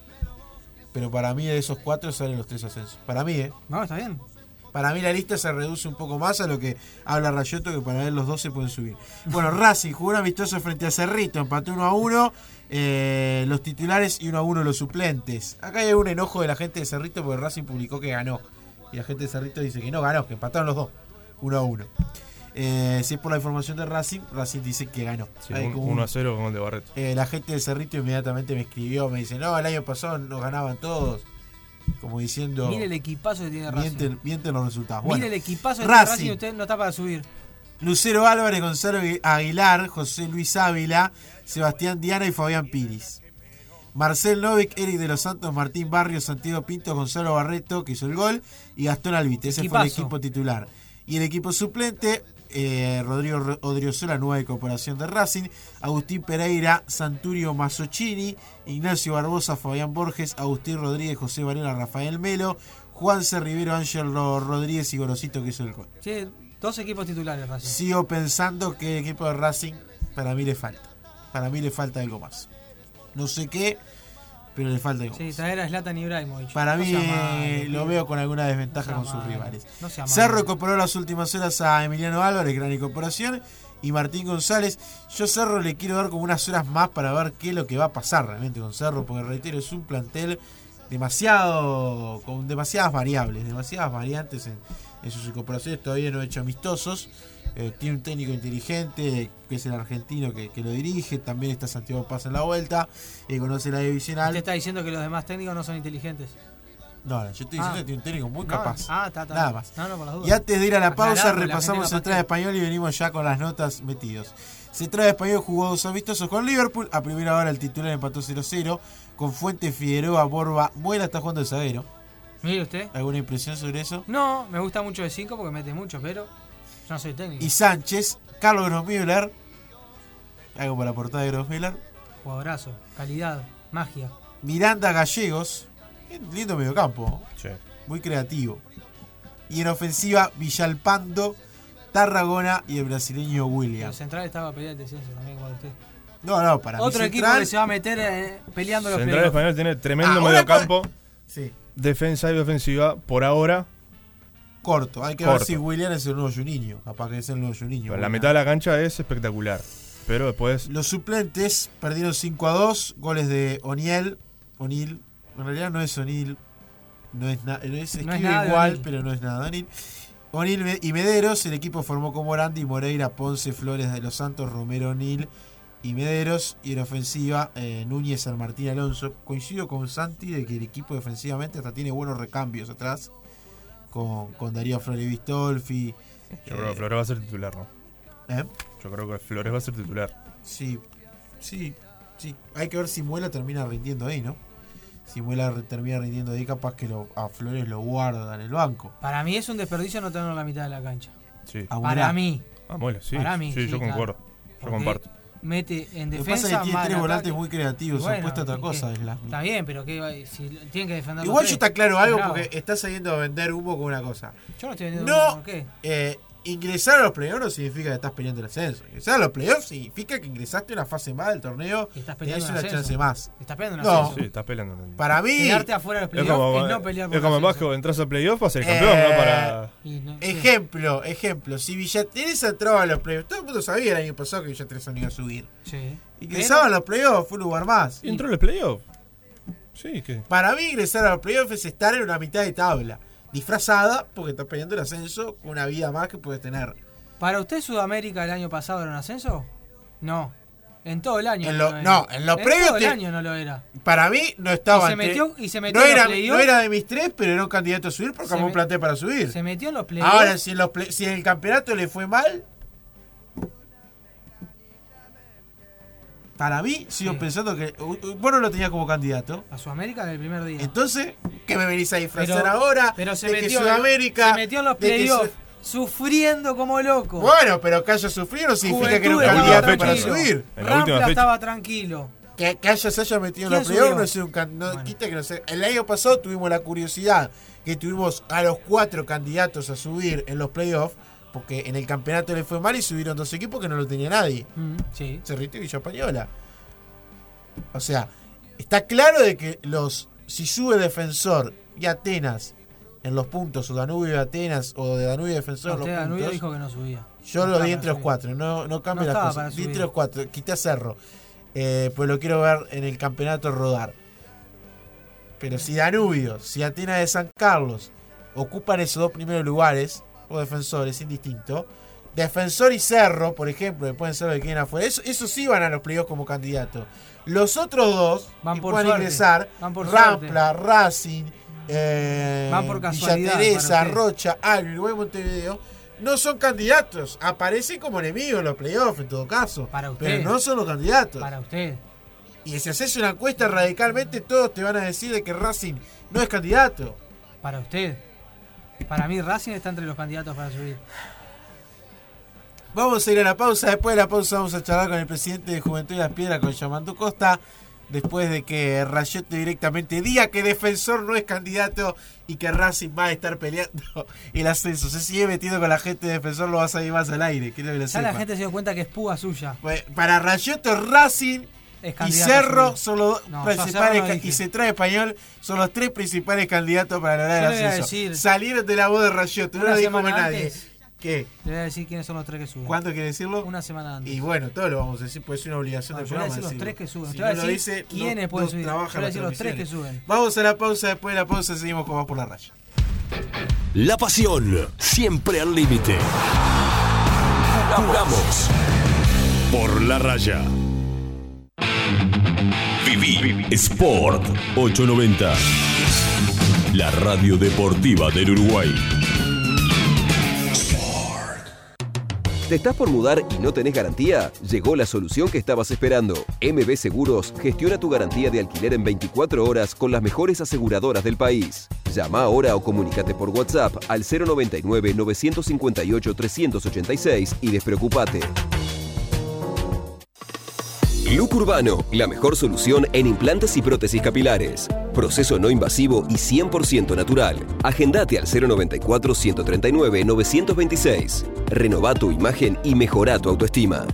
Pero para mí de esos cuatro salen los tres ascensos. Para mí, ¿eh? No, está bien. Para mí la lista se reduce un poco más a lo que habla Rayoto, que para él los dos se pueden subir. Bueno, Racing jugó un amistoso frente a Cerrito, empató uno a uno, eh, los titulares y uno a uno los suplentes. Acá hay un enojo de la gente de Cerrito porque Racing publicó que ganó. Y la gente de Cerrito dice que no ganó, que empataron los dos, uno a uno. Eh, si es por la información de Racing, Racing dice que ganó. Sí, Hay un- como un- uno a cero con gol de Barreto. eh, la gente de Cerrito inmediatamente me escribió, me dice, no, el año pasado nos ganaban todos. Como diciendo, Mire el equipazo que tiene Racing. mienten, mienten los resultados. Mire Bueno, el equipazo que tiene Racing. Racing y usted no está para subir. Lucero Álvarez, Gonzalo Aguilar, José Luis Ávila, Sebastián Diana y Fabián Piris. Marcel Novik, Eric de los Santos, Martín Barrios, Santiago Pinto, Gonzalo Barreto, que hizo el gol, y Gastón Albite. Ese fue el Equipazo. equipo titular. Y el equipo suplente, eh, Rodrigo Ro- Odriozola, nueva incorporación de Racing, Agustín Pereira, Santurio Mazzocchini, Ignacio Barbosa, Fabián Borges, Agustín Rodríguez, José Varela, Rafael Melo, Juanse Rivero, Ángelo Rodríguez y Gorosito, que hizo el gol. Sí, dos equipos titulares Racing. Sigo pensando que el equipo de Racing para mí le falta. Para mí le falta algo más. No sé qué, pero le falta algo Sí, más. traer a Zlatan Ibrahimovic. Para No mí sea malo, eh, lo tío. veo con alguna desventaja No con sea sus malo, rivales. no sea Cerro malo. incorporó las últimas horas a Emiliano Álvarez, gran incorporación, y Martín González. Yo Cerro le quiero dar como unas horas más para ver qué es lo que va a pasar realmente con Cerro, porque reitero, es un plantel demasiado, con demasiadas variables, demasiadas variantes en, en sus incorporaciones. Todavía no ha hecho amistosos. Eh, tiene un técnico inteligente, que es el argentino que, que lo dirige. También está Santiago Paz en la vuelta, eh, conoce la divisional. Usted está diciendo que los demás técnicos no son inteligentes. No, no, yo estoy diciendo Ah. que tiene un técnico muy No, capaz. ah, está, está. Nada más. No, no, por las dudas. Y antes de ir a la pausa, Aclarando, la repasamos gente Central capaz que- Español y venimos ya con las notas metidos. Central Español jugó dos amistosos con Liverpool. A primera hora el titular empató cero cero. Con Fuente, Figueroa, Borba. Muela está jugando de zaguero. Mire usted. ¿Alguna impresión sobre eso? No, me gusta mucho de cinco porque mete mucho, pero yo no soy técnico. Y Sánchez, Carlos Grossmüller. Algo para la portada de Grossmüller. Jugadorazo, calidad, magia. Miranda Gallegos. Lindo mediocampo. Sí. Muy creativo. Y en ofensiva, Villalpando, Tarragona y el brasileño El Williams. Central estaba peleando el descenso también con usted. No, no, para Otro mí equipo Central, que se va a meter eh, peleando los Central playoffs. Español tiene tremendo Ahora mediocampo, sí, defensa y ofensiva por ahora. corto. Hay que Corto. ver si Williams es el nuevo Juninho. Capaz que es el nuevo Juninho. Pero la Williams. mitad de la cancha es espectacular. Pero después Los suplentes perdieron cinco a dos. Goles de O'Neill. O'Neill. En realidad no es O'Neill. No es, na- no es, No es escribe nada de igual, O'Neill. pero no es nada. O'Neill. O'Neill Me- y Mederos. El equipo formó con Morandi, Moreira, Ponce, Flores de los Santos, Romero, O'Neill y Mederos. Y en ofensiva, eh, Núñez, San Martín, Alonso. Coincido con Santi de que el equipo defensivamente hasta tiene buenos recambios atrás. Con, con Darío Flores Bistolfi. yo creo que Flores va a ser titular, ¿no? ¿Eh? Yo creo que Flores va a ser titular. Sí, sí, sí. Hay que ver si Muela termina rindiendo ahí, ¿no? Si Muela re- termina rindiendo ahí, capaz que lo, a Flores lo guarda en el banco. Para mí es un desperdicio no tenerlo en la mitad de la cancha. Sí. A Para Muela. mí. Ah, Mola, sí. Para mí, sí, sí, yo claro. concuerdo. Yo Porque comparto. Mete en Lo que defensa. pasa es que tiene más tres en volantes ataque. muy creativos, Bueno, han puesto otra ¿y cosa. qué? Es la- Está bien, pero ¿qué? Si tienen que defender los Igual tres, yo está claro algo bravo. porque está saliendo a vender humo con una cosa. Yo no estoy vendiendo No, ¿por qué? eh, ingresar a los playoffs no significa que estás peleando el ascenso. Ingresar a los playoffs significa que ingresaste a una fase más del torneo Y estás y peleando es un una ascenso. chance más. Estás peleando un No. ascenso. Sí, estás peleando. Para mí, Quedarte afuera de los Es playoffs como, es no pelear por es como el en ascenso. básquet, entras al playoff para ser Eh, campeón, no para. Y no- sí. ejemplo, ejemplo. Si Villateresa entraba a los playoffs, todo el mundo sabía el año pasado que Villateresa no iba a subir. Sí. Ingresaba a los playoffs, fue un lugar más. ¿Y entró en los playoffs? Sí, que. Para mí ingresar a los playoffs es estar en una mitad de tabla. Disfrazada porque estás peleando el ascenso con una vida más que puedes tener. ¿Para usted Sudamérica el año pasado era un ascenso? No. En todo el año. En no, lo- lo era. no, en los En playoffs todo el te- año no lo era. Para mí no estaba Y se entre- metió- y se metió no, en los era, playoffs. no era de mis tres, pero era un candidato a subir porque Se armó un me- plantel para subir. Se metió en los playoffs. Ahora, si en, los play- si en el campeonato le fue mal, para mí sigo Sí. pensando que uh, uh, vos no lo tenías como candidato. A Sudamérica del primer día. Entonces, ¿qué me venís a disfrazar Pero- ahora? Pero se de metió, que Sudamérica. se metió en los de que playoffs. Su- Sufriendo como loco. Bueno, pero que haya sufrido no significa que era un Juventud candidato estaba para tranquilo. subir. En la última Rampla fecha. estaba tranquilo. Que, que haya, se haya metido en ¿Quién los playoffs subió? no es un can- no Bueno. quita que no sé. El año pasado tuvimos la curiosidad que tuvimos a los cuatro candidatos a subir en los playoffs, porque en el campeonato le fue mal y subieron dos equipos que no lo tenía nadie. Mm, sí. Cerrito y Villa Española. O sea, está claro de que los si sube Defensor y Atenas en los puntos, o Danubio y Atenas, o de Danubio y Defensor en Usted los Danubio puntos, dijo que no subía. yo No lo estaba di para entre los subir. cuatro, no, no cambia No las estaba cosas. para Di subir. entre los cuatro, quité a Cerro. Eh, pues lo quiero ver en el campeonato rodar. Pero si Danubio, si Atenas de San Carlos ocupan esos dos primeros lugares, o defensores, indistinto, Defensor y Cerro, por ejemplo, que pueden ser los que queden afuera, eso, eso sí van a los playoffs como candidatos. Los otros dos Van que por puedan suerte. ingresar, Van por Rampla, Racing, eh, Van por Villa casualidad, Teresa, para usted. Rocha, Albi, Uruguay, Montevideo, no son candidatos. Aparecen como enemigos en los playoffs en todo caso. Para usted. Pero no son los candidatos. Para usted. Y si haces una encuesta radicalmente, todos te van a decir de que Racing no es candidato. Para usted. Para mí Racing está entre los candidatos para subir. Vamos a ir a la pausa. Después de la pausa vamos a charlar con el presidente de Juventud de las Piedras, con Yamandú Costa. Después de que Rayote directamente diga que Defensor no es candidato y que Racing va a estar peleando el ascenso. Se sigue metiendo con la gente de Defensor, lo vas a ir más al aire. Quiero que lo Ya la sepa. gente se dio cuenta que es púa suya. Pues, para Rayote, Racing Es y candidato a Cerro subir. son los dos No, yo a Cerro principales no ca- dije. y Central Español son los tres principales candidatos para lograr Yo el le voy a ascenso. decir- Salieron de la voz de Rayote, no Una lo dijo semana nadie. antes. ¿Qué? Le voy a decir quiénes son los tres que suben. ¿Cuándo quiere decirlo? Una semana antes. Y bueno, todo lo vamos a decir, pues es una obligación No, del yo voy a programa. decir los decirlo. tres que suben. Si Te voy a no lo decir dice, quiénes no- pueden no subir. trabaja Yo voy a decir las los tres que transmisiones. suben. Vamos a la pausa, después de la pausa seguimos con Más por la Raya. La pasión, siempre al límite. Jugamos por la raya. Viví Sport ochocientos noventa. La radio deportiva del Uruguay. ¿Te estás por mudar y no tenés garantía? Llegó la solución que estabas esperando. M B Seguros gestiona tu garantía de alquiler en veinticuatro horas con las mejores aseguradoras del país. Llama ahora o comunícate por WhatsApp al cero noventa y nueve, novecientos cincuenta y ocho, trescientos ochenta y seis y despreocupate. Look Urbano, la mejor solución en implantes y prótesis capilares. Proceso no invasivo y cien por ciento natural. Agendate al cero noventa y cuatro, ciento treinta y nueve, novecientos veintiséis. Renová tu imagen y mejorá tu autoestima.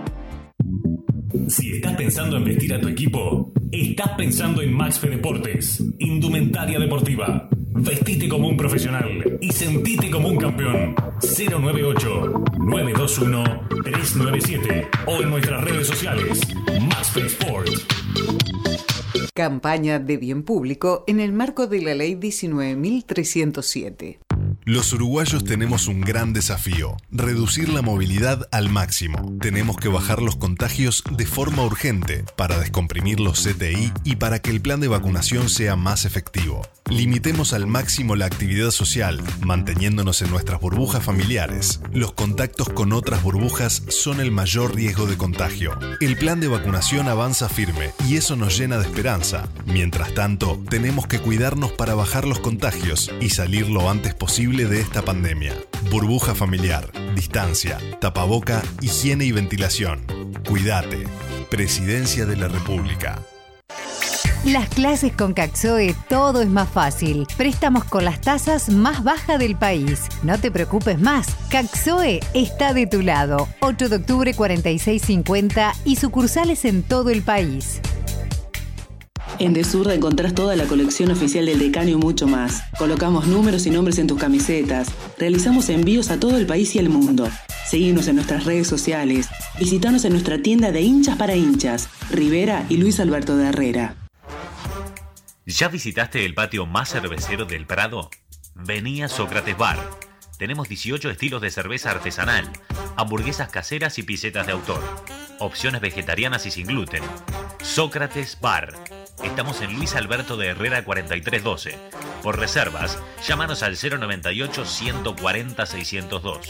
Si estás pensando en vestir a tu equipo, estás pensando en Maxfe Deportes, indumentaria deportiva. Vestite como un profesional y sentite como un campeón. cero nueve ocho, nueve dos uno, tres nueve siete o en nuestras redes sociales. Maxfe Sport. Campaña de bien público en el marco de la Ley diecinueve mil trescientos siete. Los uruguayos tenemos un gran desafío, reducir la movilidad al máximo. Tenemos que bajar los contagios de forma urgente para descomprimir los C T I y para que el plan de vacunación sea más efectivo. Limitemos al máximo la actividad social, manteniéndonos en nuestras burbujas familiares. Los contactos con otras burbujas son el mayor riesgo de contagio. El plan de vacunación avanza firme y eso nos llena de esperanza. Mientras tanto, tenemos que cuidarnos para bajar los contagios y salir lo antes posible de esta pandemia. Burbuja familiar, distancia, tapaboca, higiene y ventilación. Cuídate. Presidencia de la República. Las clases con Caxoe todo es más fácil. Préstamos con las tasas más bajas del país. No te preocupes más. Caxoe está de tu lado. ocho de octubre cuarenta y seis cincuenta y sucursales en todo el país. En Desur encontrás toda la colección oficial del Decano y mucho más. Colocamos números y nombres en tus camisetas. Realizamos envíos a todo el país y el mundo. Seguinos en nuestras redes sociales. Visítanos en nuestra tienda de hinchas para hinchas, Rivera y Luis Alberto de Herrera. ¿Ya visitaste el patio más cervecero del Prado? Vení a Sócrates Bar. Tenemos dieciocho estilos de cerveza artesanal, hamburguesas caseras y pisetas de autor. Opciones vegetarianas y sin gluten. Sócrates Bar. Estamos en Luis Alberto de Herrera cuarenta y tres doce. Por reservas, llámanos al cero noventa y ocho, ciento cuarenta, seiscientos dos.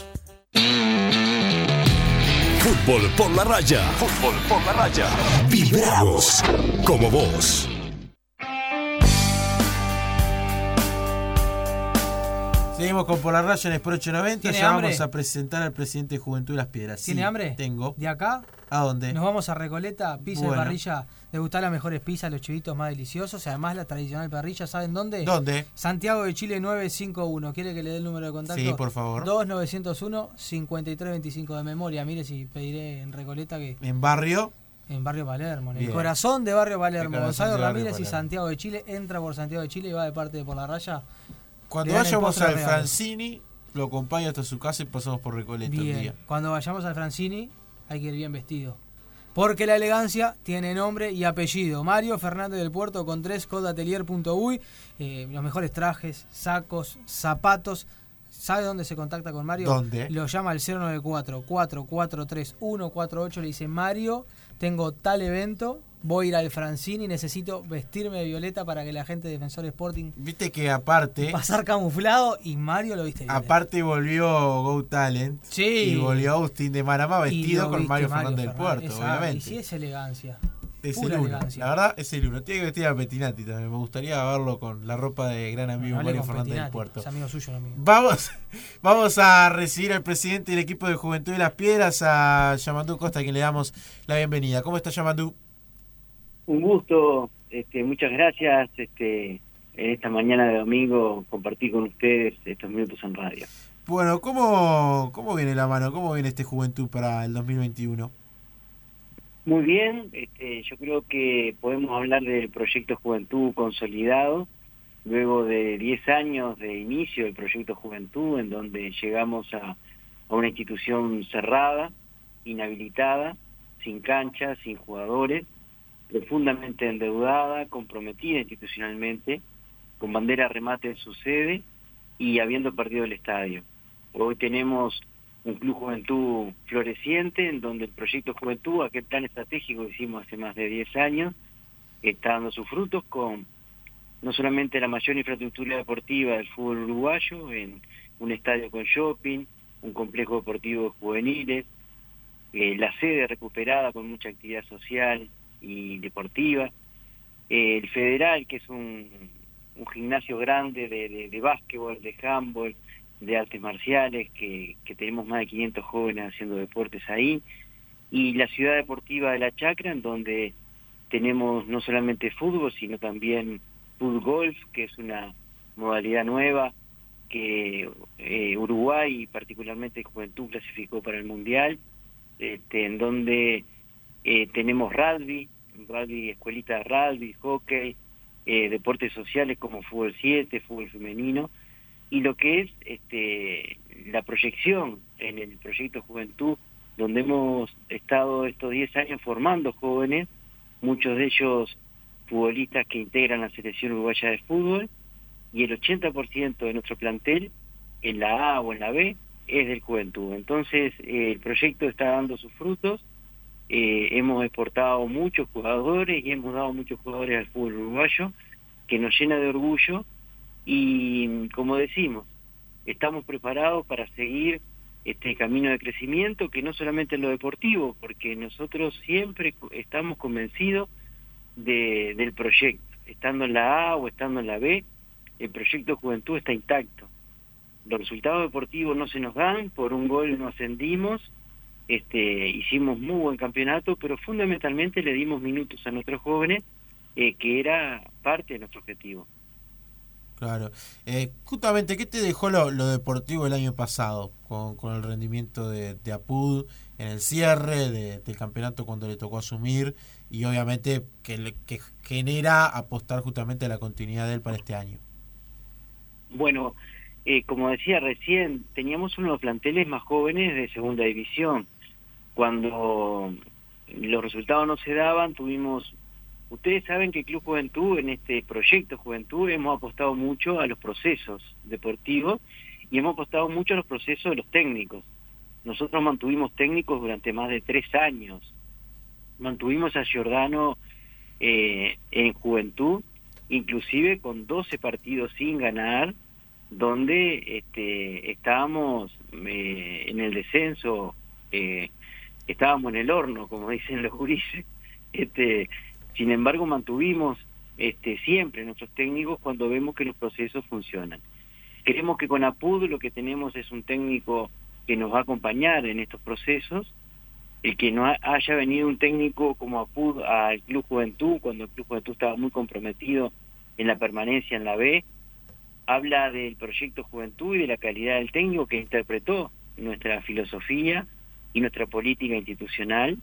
Fútbol por la raya. Fútbol por la raya. Vibramos como vos. Seguimos con Por la Raya en Sport ochocientos noventa. ¿Tiene Ya hambre? vamos a presentar al presidente de Juventud de las Piedras. ¿Tiene Sí, hambre? Tengo. ¿De acá? ¿A dónde? Nos vamos a Recoleta, pizza Bueno. de parrilla, degustar las mejores pizzas, los chivitos más deliciosos y además la tradicional parrilla, ¿saben dónde? ¿Dónde? Santiago de Chile nueve cinco uno. ¿Quiere que le dé el número de contacto? Sí, por favor. dos nueve cero uno, cinco tres dos cinco de memoria. Mire si pediré en Recoleta que... En barrio. En Barrio Palermo, en el Bien. corazón de Barrio Palermo. El corazón Gonzalo de Barrio Ramírez y Palermo. Santiago de Chile. Entra por Santiago de Chile y va de parte de Por la Raya. Cuando Le dan el vayamos postre al regalo. Francini, lo acompaño hasta su casa y pasamos por Recoleta un Bien, día. cuando vayamos al Francini hay que ir bien vestido. Porque la elegancia tiene nombre y apellido. Mario Fernández del Puerto con tres codatelier punto uy. Eh, los mejores trajes, sacos, zapatos. ¿Sabe dónde se contacta con Mario? ¿Dónde? Lo llama al cero nueve cuatro, cuatro cuatro tres, uno cuatro ocho. Le dice: Mario, tengo tal evento, voy a ir al Francini, necesito vestirme de violeta para que la gente de Defensor Sporting Viste que aparte, pasar camuflado. Y Mario lo viste violeta. aparte volvió Go Talent. Sí. Y volvió Austin de Marama Y vestido lo con viste, Mario Fernández del Fernández, Puerto, exacto. obviamente. Y sí es elegancia. Es Pura el uno. elegancia. La verdad es el uno. Tiene que vestir a Pettinati también. Me gustaría verlo con la ropa de gran amigo Hable Mario con Fernández del Pettinati, Puerto. es amigo suyo, no amigo. Vamos, vamos a recibir al presidente del equipo de Juventud de las Piedras, a Yamandú Costa, a quien le damos la bienvenida. ¿Cómo está, Yamandú? Un gusto, este, muchas gracias. Este, en esta mañana de domingo compartir con ustedes estos minutos en radio. Bueno, ¿cómo, cómo viene la mano? ¿Cómo viene este Juventud para el dos mil veintiuno? Muy bien, este, yo creo que podemos hablar del proyecto Juventud consolidado, luego de diez años de inicio del proyecto Juventud, en donde llegamos a, a una institución cerrada, inhabilitada, sin cancha, sin jugadores, profundamente endeudada, comprometida institucionalmente, con bandera remate en su sede y habiendo perdido el estadio. Hoy tenemos un Club Juventud floreciente, en donde el proyecto Juventud, aquel plan estratégico que hicimos hace más de diez años, está dando sus frutos con no solamente la mayor infraestructura deportiva del fútbol uruguayo, en un estadio con shopping, un complejo deportivo de juveniles, eh, la sede recuperada con mucha actividad social y deportiva, eh, el Federal, que es un, un gimnasio grande de, de, de básquetbol, de handball, de artes marciales, que, que tenemos más de quinientos jóvenes haciendo deportes ahí, y la ciudad deportiva de La Chacra, en donde tenemos no solamente fútbol, sino también Pool Golf, que es una modalidad nueva que eh, Uruguay y particularmente Juventud clasificó para el Mundial, este, en donde eh, tenemos rugby, rugby, escuelita de rugby, hockey, eh, deportes sociales como fútbol siete, fútbol femenino, y lo que es este, la proyección en el proyecto Juventud, donde hemos estado estos diez años formando jóvenes, muchos de ellos futbolistas que integran la selección uruguaya de fútbol, y el ochenta por ciento de nuestro plantel en la A o en la B es del Juventud. Entonces eh, el proyecto está dando sus frutos, eh, hemos exportado muchos jugadores y hemos dado muchos jugadores al fútbol uruguayo, que nos llena de orgullo, y como decimos, estamos preparados para seguir este camino de crecimiento, que no solamente en lo deportivo, porque nosotros siempre estamos convencidos de, del proyecto, estando en la A o estando en la B, el proyecto Juventud está intacto. Los resultados deportivos no se nos dan, por un gol no ascendimos, este, hicimos muy buen campeonato, pero fundamentalmente le dimos minutos a nuestros jóvenes, eh, que era parte de nuestro objetivo. Claro. Eh, justamente, ¿qué te dejó lo, lo deportivo el año pasado con, con el rendimiento de, de Apud en el cierre de, del campeonato cuando le tocó asumir, y obviamente que, le, que genera apostar justamente a la continuidad de él para este año? Bueno, eh, como decía recién, teníamos uno de los planteles más jóvenes de segunda división. Cuando los resultados no se daban, tuvimos... Ustedes saben que el Club Juventud, en este proyecto Juventud, hemos apostado mucho a los procesos deportivos y hemos apostado mucho a los procesos de los técnicos. Nosotros mantuvimos técnicos durante más de tres años. Mantuvimos a Giordano eh, en Juventud, inclusive con doce partidos sin ganar, donde este, estábamos eh, en el descenso, eh, estábamos en el horno, como dicen los gurises. Este, sin embargo, mantuvimos este, siempre nuestros técnicos cuando vemos que los procesos funcionan. Creemos que con Apud lo que tenemos es un técnico que nos va a acompañar en estos procesos. El que no haya venido un técnico como Apud al Club Juventud, cuando el Club Juventud estaba muy comprometido en la permanencia en la B, habla del proyecto Juventud y de la calidad del técnico que interpretó nuestra filosofía y nuestra política institucional,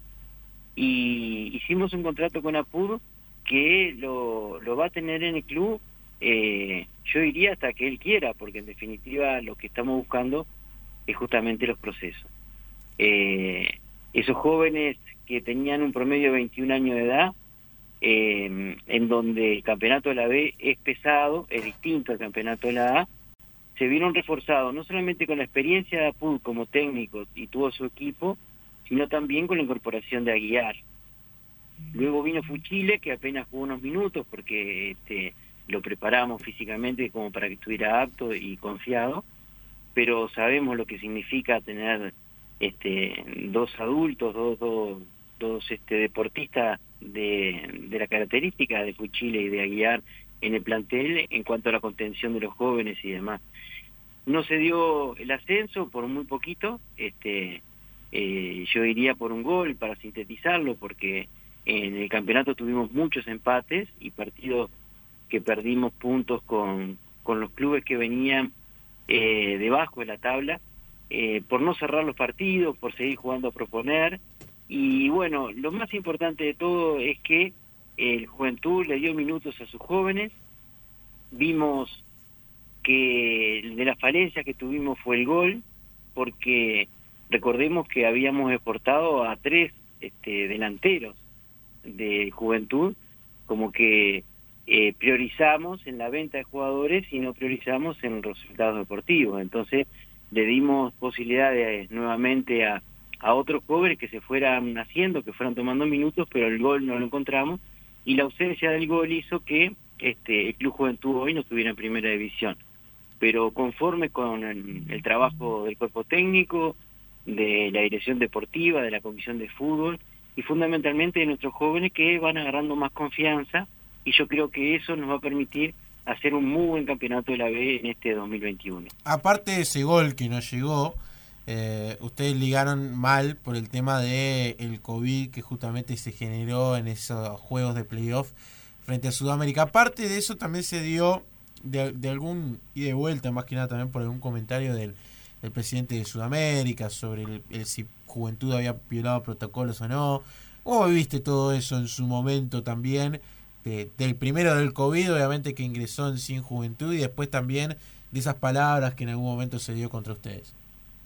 y hicimos un contrato con Apud que lo, lo va a tener en el club, eh, yo diría hasta que él quiera, porque en definitiva lo que estamos buscando es justamente los procesos. Eh, esos jóvenes que tenían un promedio de veintiún años de edad, eh, en donde el campeonato de la B es pesado, es distinto al campeonato de la A, se vieron reforzados no solamente con la experiencia de Apud como técnico y tuvo su equipo, sino también con la incorporación de Aguiar. Luego vino Fuchile, que apenas jugó unos minutos porque este, lo preparamos físicamente como para que estuviera apto y confiado, pero sabemos lo que significa tener este, dos adultos, dos, dos, dos este, deportistas de, de la característica de Fuchile y de Aguiar en el plantel en cuanto a la contención de los jóvenes y demás. No se dio el ascenso por muy poquito, este, eh, yo iría por un gol para sintetizarlo, porque en el campeonato tuvimos muchos empates y partidos que perdimos puntos con, con los clubes que venían eh, debajo de la tabla, eh, por no cerrar los partidos, por seguir jugando a proponer. Y bueno, lo más importante de todo es que el Juventud le dio minutos a sus jóvenes. Vimos que de las falencias que tuvimos fue el gol, porque recordemos que habíamos exportado a tres este, delanteros de Juventud, como que eh, priorizamos en la venta de jugadores y no priorizamos en los resultados deportivos. Entonces le dimos posibilidades nuevamente a, a otros jóvenes que se fueran haciendo, que fueran tomando minutos, pero el gol no lo encontramos, y la ausencia del gol hizo que este, el Club Juventud hoy no estuviera en primera división. Pero conforme con el, el trabajo del cuerpo técnico, de la dirección deportiva, de la comisión de fútbol, y fundamentalmente de nuestros jóvenes que van agarrando más confianza, y yo creo que eso nos va a permitir hacer un muy buen campeonato de la B en este dos mil veintiuno. Aparte de ese gol que nos llegó, eh, ustedes ligaron mal por el tema de el COVID que justamente se generó en esos juegos de playoff, frente a Sudamérica. Aparte de eso también se dio de, de algún ida y de vuelta, más que nada también por algún comentario del, del presidente de Sudamérica sobre el, el si Juventud había violado protocolos o no. ¿Cómo viviste todo eso en su momento también? De, del primero del COVID, obviamente, que ingresó en Sin Juventud, y después también de esas palabras que en algún momento se dio contra ustedes.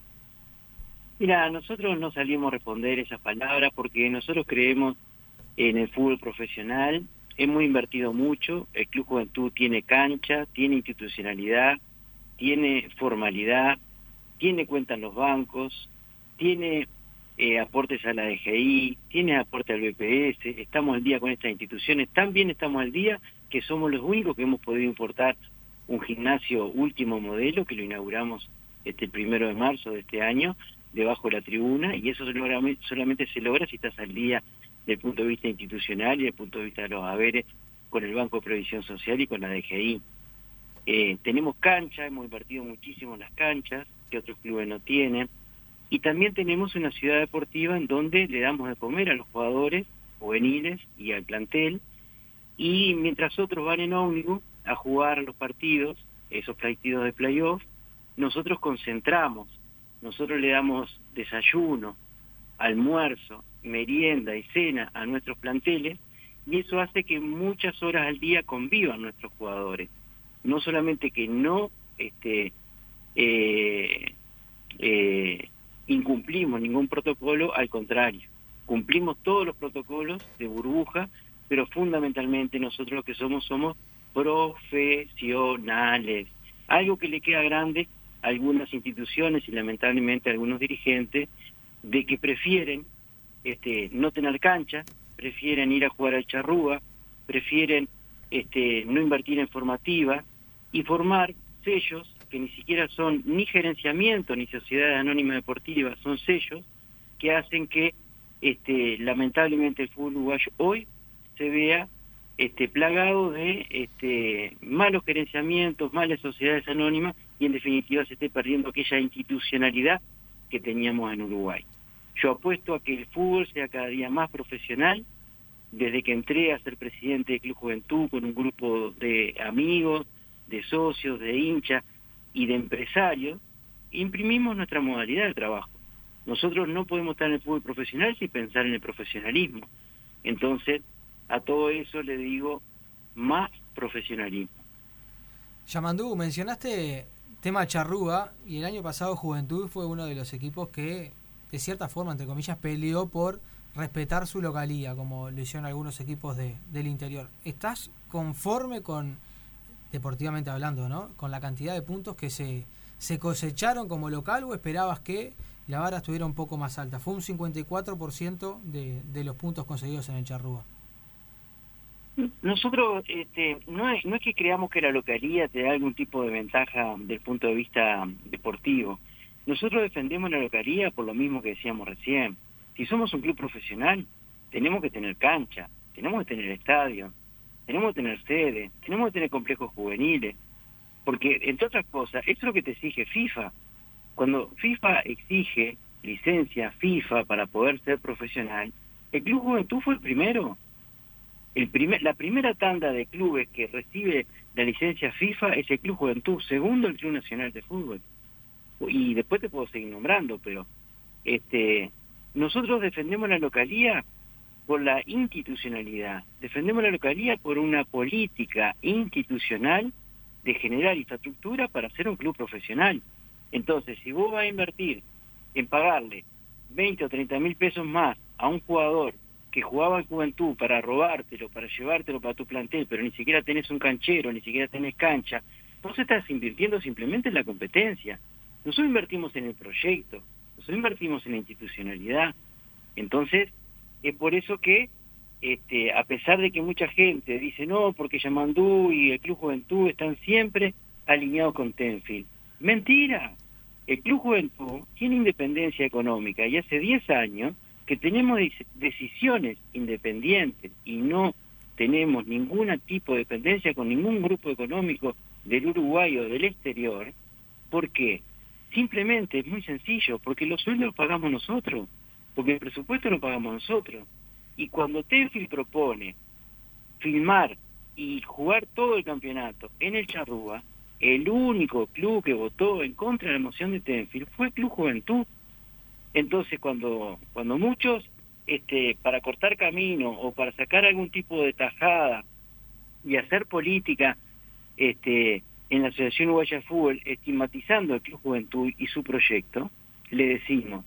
Mira, nosotros no salimos a responder esas palabras porque nosotros creemos en el fútbol profesional, hemos invertido mucho, el Club Juventud tiene cancha, tiene institucionalidad, tiene formalidad, tiene cuenta en los bancos, tiene eh, aportes a la D G I, tiene aporte al B P S, estamos al día con estas instituciones, también estamos al día que somos los únicos que hemos podido importar un gimnasio último modelo, que lo inauguramos este el primero de marzo de este año, debajo de la tribuna, y eso se logra, solamente se logra si estás al día desde el punto de vista institucional y desde el punto de vista de los haberes con el Banco de Previsión Social y con la D G I. Eh, tenemos cancha, hemos invertido muchísimo en las canchas, que otros clubes no tienen, y también tenemos una ciudad deportiva en donde le damos de comer a los jugadores juveniles y al plantel, y mientras otros van en ómnibus a jugar los partidos, esos partidos de playoff, nosotros concentramos, nosotros le damos desayuno, almuerzo, merienda y cena a nuestros planteles, y eso hace que muchas horas al día convivan nuestros jugadores. No solamente que no este, eh, eh, incumplimos ningún protocolo, al contrario, cumplimos todos los protocolos de burbuja, pero fundamentalmente nosotros lo que somos somos profesionales. Algo que le queda grande a algunas instituciones y lamentablemente a algunos dirigentes, de que prefieren este, no tener cancha, prefieren ir a jugar al charrúa, prefieren este, no invertir en formativa y formar sellos que ni siquiera son ni gerenciamiento ni sociedades anónimas deportivas, son sellos que hacen que este, lamentablemente el fútbol uruguayo hoy se vea este, plagado de este, malos gerenciamientos, malas sociedades anónimas, y en definitiva se esté perdiendo aquella institucionalidad que teníamos en Uruguay. Yo apuesto a que el fútbol sea cada día más profesional. Desde que entré a ser presidente del Club Juventud con un grupo de amigos, de socios, de hinchas y de empresarios, imprimimos nuestra modalidad de trabajo. Nosotros no podemos estar en el fútbol profesional sin pensar en el profesionalismo. Entonces, a todo eso le digo más profesionalismo. Yamandú, mencionaste tema charrúa, y el año pasado Juventud fue uno de los equipos que, de cierta forma, entre comillas, peleó por respetar su localía, como lo hicieron algunos equipos de, del interior. ¿Estás conforme con, deportivamente hablando, ¿no?, con la cantidad de puntos que se, se cosecharon como local, o esperabas que la vara estuviera un poco más alta? Fue un cincuenta y cuatro por ciento de, de los puntos conseguidos en el charrúa. Nosotros este, no, es, no es que creamos que la localía te da algún tipo de ventaja del punto de vista deportivo. Nosotros defendemos la localía por lo mismo que decíamos recién. Si somos un club profesional, tenemos que tener cancha, tenemos que tener estadio, tenemos que tener sede, tenemos que tener complejos juveniles, porque entre otras cosas, eso es lo que te exige FIFA. Cuando FIFA exige licencia FIFA para poder ser profesional, el Club Juventud fue el primero. El primer, la primera tanda de clubes que recibe la licencia FIFA es el Club Juventud, segundo el Club Nacional de Fútbol. Y después te puedo seguir nombrando, pero este nosotros defendemos la localía por la institucionalidad, defendemos la localía por una política institucional de generar infraestructura para ser un club profesional. Entonces, si vos vas a invertir en pagarle veinte o treinta mil pesos más a un jugador que jugaba en Juventud para robártelo, para llevártelo para tu plantel, pero ni siquiera tenés un canchero, ni siquiera tenés cancha, vos estás invirtiendo simplemente en la competencia. Nosotros invertimos en el proyecto, nosotros invertimos en la institucionalidad. Entonces, es por eso que, este, a pesar de que mucha gente dice, no, porque Yamandú y el Club Juventud están siempre alineados con Tenfield. ¡Mentira! El Club Juventud tiene independencia económica y hace diez años que tenemos decisiones independientes y no tenemos ningún tipo de dependencia con ningún grupo económico del Uruguay o del exterior. ¿Por qué? Simplemente es muy sencillo, porque los sueldos los pagamos nosotros, porque el presupuesto lo pagamos nosotros. Y cuando Tenfield propone filmar y jugar todo el campeonato en el Charrúa, el único club que votó en contra de la moción de Tenfield fue el Club Juventud. Entonces, cuando cuando muchos, este, para cortar camino o para sacar algún tipo de tajada y hacer política este, en la Asociación Uruguaya de Fútbol, estigmatizando al Club Juventud y su proyecto, le decimos,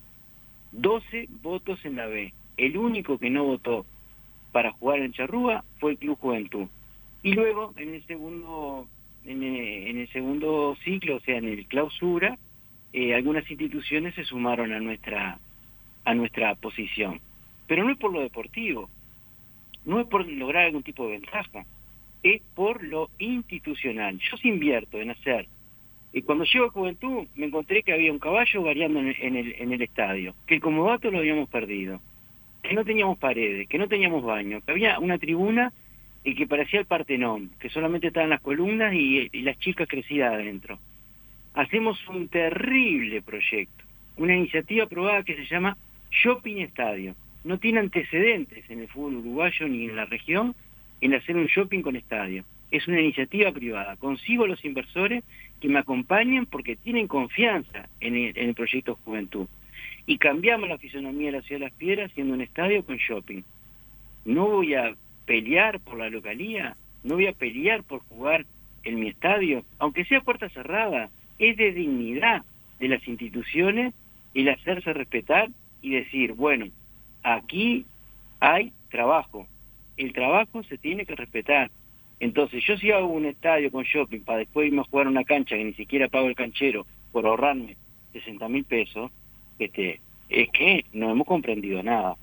doce votos en la B. El único que no votó para jugar en Charrúa fue el Club Juventud. Y luego, en el segundo en el, en el segundo ciclo, o sea, en el clausura, eh, algunas instituciones se sumaron a nuestra a nuestra posición. Pero no es por lo deportivo, no es por lograr algún tipo de ventaja, es por lo institucional. Yo sí invierto en hacer, y cuando llego a Juventud me encontré que había un caballo variando en el, en el, en el estadio, que el comodato lo habíamos perdido, que no teníamos paredes, que no teníamos baño, que había una tribuna y que parecía el Partenón, que solamente estaban las columnas y, y las chicas crecidas adentro. Hacemos un terrible proyecto, una iniciativa aprobada que se llama Shopping Estadio. No tiene antecedentes en el fútbol uruguayo ni en la región en hacer un shopping con estadio. Es una iniciativa privada. Consigo los inversores que me acompañen porque tienen confianza en el, en el proyecto Juventud. Y cambiamos la fisonomía de la Ciudad de las Piedras siendo un estadio con shopping. No voy a pelear por la localía, no voy a pelear por jugar en mi estadio, aunque sea puerta cerrada. Es de dignidad de las instituciones el hacerse respetar y decir, bueno, aquí hay trabajo, el trabajo se tiene que respetar. Entonces yo si hago un estadio con shopping para después irme a jugar a una cancha que ni siquiera pago el canchero por ahorrarme sesenta mil pesos, este, es que no hemos comprendido nada.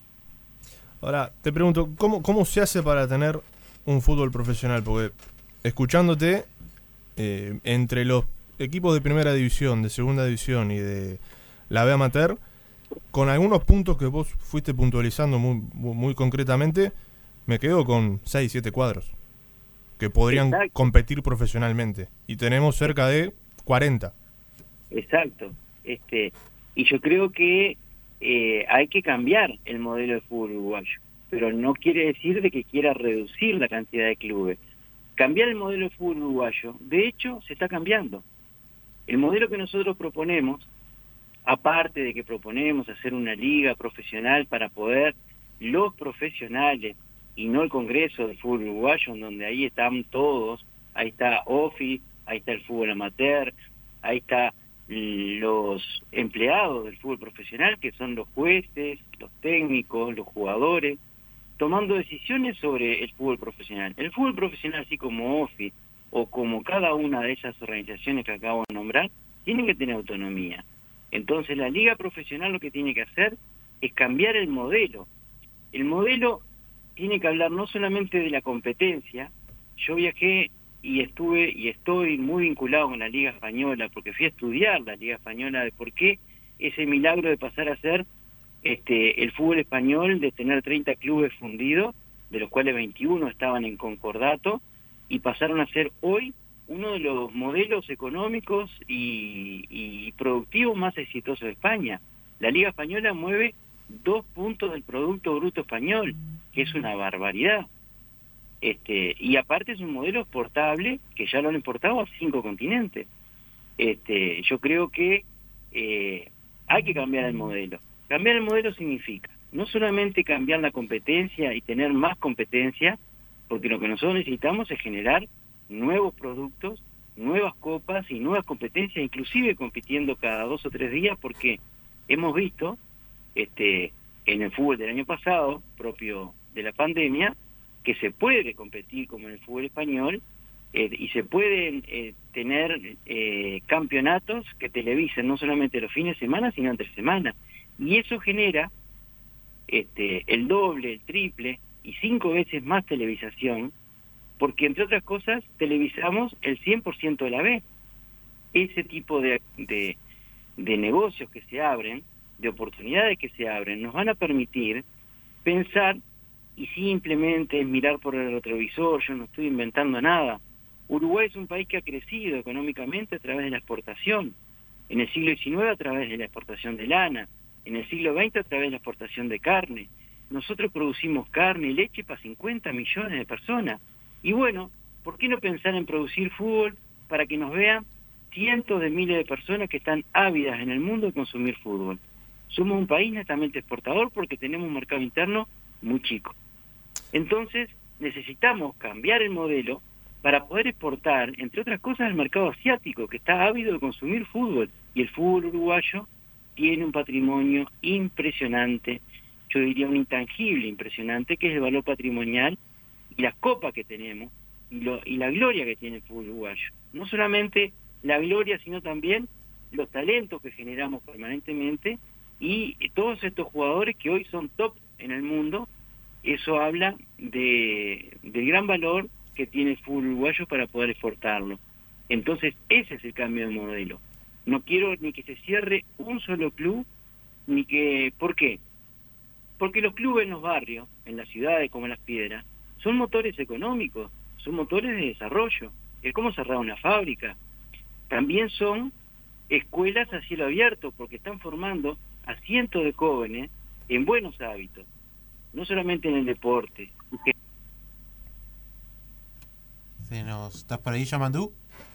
Ahora, te pregunto, ¿cómo, cómo se hace para tener un fútbol profesional? Porque escuchándote, eh, entre los equipos de primera división, de segunda división y de la B Amateur, con algunos puntos que vos fuiste puntualizando muy, muy, muy concretamente, me quedo con seis, siete cuadros que podrían Exacto. competir profesionalmente. Y tenemos cerca de cuarenta. Exacto. Este, y yo creo que eh, hay que cambiar el modelo de fútbol uruguayo, pero no quiere decir de que quiera reducir la cantidad de clubes. Cambiar el modelo de fútbol uruguayo, de hecho, se está cambiando. El modelo que nosotros proponemos, aparte de que proponemos hacer una liga profesional para poder los profesionales y no el Congreso del Fútbol Uruguayo, en donde ahí están todos, ahí está O F I, ahí está el fútbol amateur, ahí está los empleados del fútbol profesional, que son los jueces, los técnicos, los jugadores, tomando decisiones sobre el fútbol profesional. El fútbol profesional, así como O F I, o como cada una de esas organizaciones que acabo de nombrar, tienen que tener autonomía. Entonces la liga profesional lo que tiene que hacer es cambiar el modelo. El modelo tiene que hablar no solamente de la competencia. Yo viajé y estuve y estoy muy vinculado con la Liga Española porque fui a estudiar la Liga Española de por qué ese milagro de pasar a ser este el fútbol español, de tener treinta clubes fundidos, de los cuales veintiuno estaban en concordato, y pasaron a ser hoy uno de los modelos económicos y, y productivos más exitosos de España. La Liga Española mueve dos puntos del Producto Bruto Español, que es una barbaridad. Este, y aparte es un modelo exportable que ya lo han importado a cinco continentes. Este, yo creo que eh, hay que cambiar el modelo. Cambiar el modelo significa no solamente cambiar la competencia y tener más competencia, porque lo que nosotros necesitamos es generar nuevos productos, nuevas copas y nuevas competencias, inclusive compitiendo cada dos o tres días, porque hemos visto este en el fútbol del año pasado, propio de la pandemia, que se puede competir como en el fútbol español eh, y se pueden eh, tener eh, campeonatos que televisen no solamente los fines de semana, sino entre semana. Y eso genera este el doble, el triple y cinco veces más televisación, porque entre otras cosas televisamos el cien por ciento de la B. Ese tipo de, de, de negocios que se abren, de oportunidades que se abren, nos van a permitir pensar y simplemente mirar por el retrovisor. Yo no estoy inventando nada. Uruguay es un país que ha crecido económicamente a través de la exportación. En el siglo diecinueve a través de la exportación de lana, en el siglo veinte a través de la exportación de carne. Nosotros producimos carne y leche para cincuenta millones de personas. Y bueno, ¿por qué no pensar en producir fútbol para que nos vean cientos de miles de personas que están ávidas en el mundo de consumir fútbol? Somos un país netamente exportador porque tenemos un mercado interno muy chico. Entonces, necesitamos cambiar el modelo para poder exportar, entre otras cosas, al mercado asiático, que está ávido de consumir fútbol. Y el fútbol uruguayo tiene un patrimonio impresionante, yo diría un intangible impresionante, que es el valor patrimonial y las copas que tenemos y, lo, y la gloria que tiene el fútbol uruguayo. No solamente la gloria, sino también los talentos que generamos permanentemente y todos estos jugadores que hoy son top en el mundo. Eso habla de del gran valor que tiene el fútbol uruguayo para poder exportarlo. Entonces, ese es el cambio de modelo. No quiero ni que se cierre un solo club, ni que... ¿Por qué? Porque los clubes en los barrios, en las ciudades como en Las Piedras, son motores económicos, son motores de desarrollo. Es como cerrar una fábrica. También son escuelas a cielo abierto, porque están formando a cientos de jóvenes en buenos hábitos, no solamente en el deporte. Se nos... ¿Estás por ahí, Yamandú?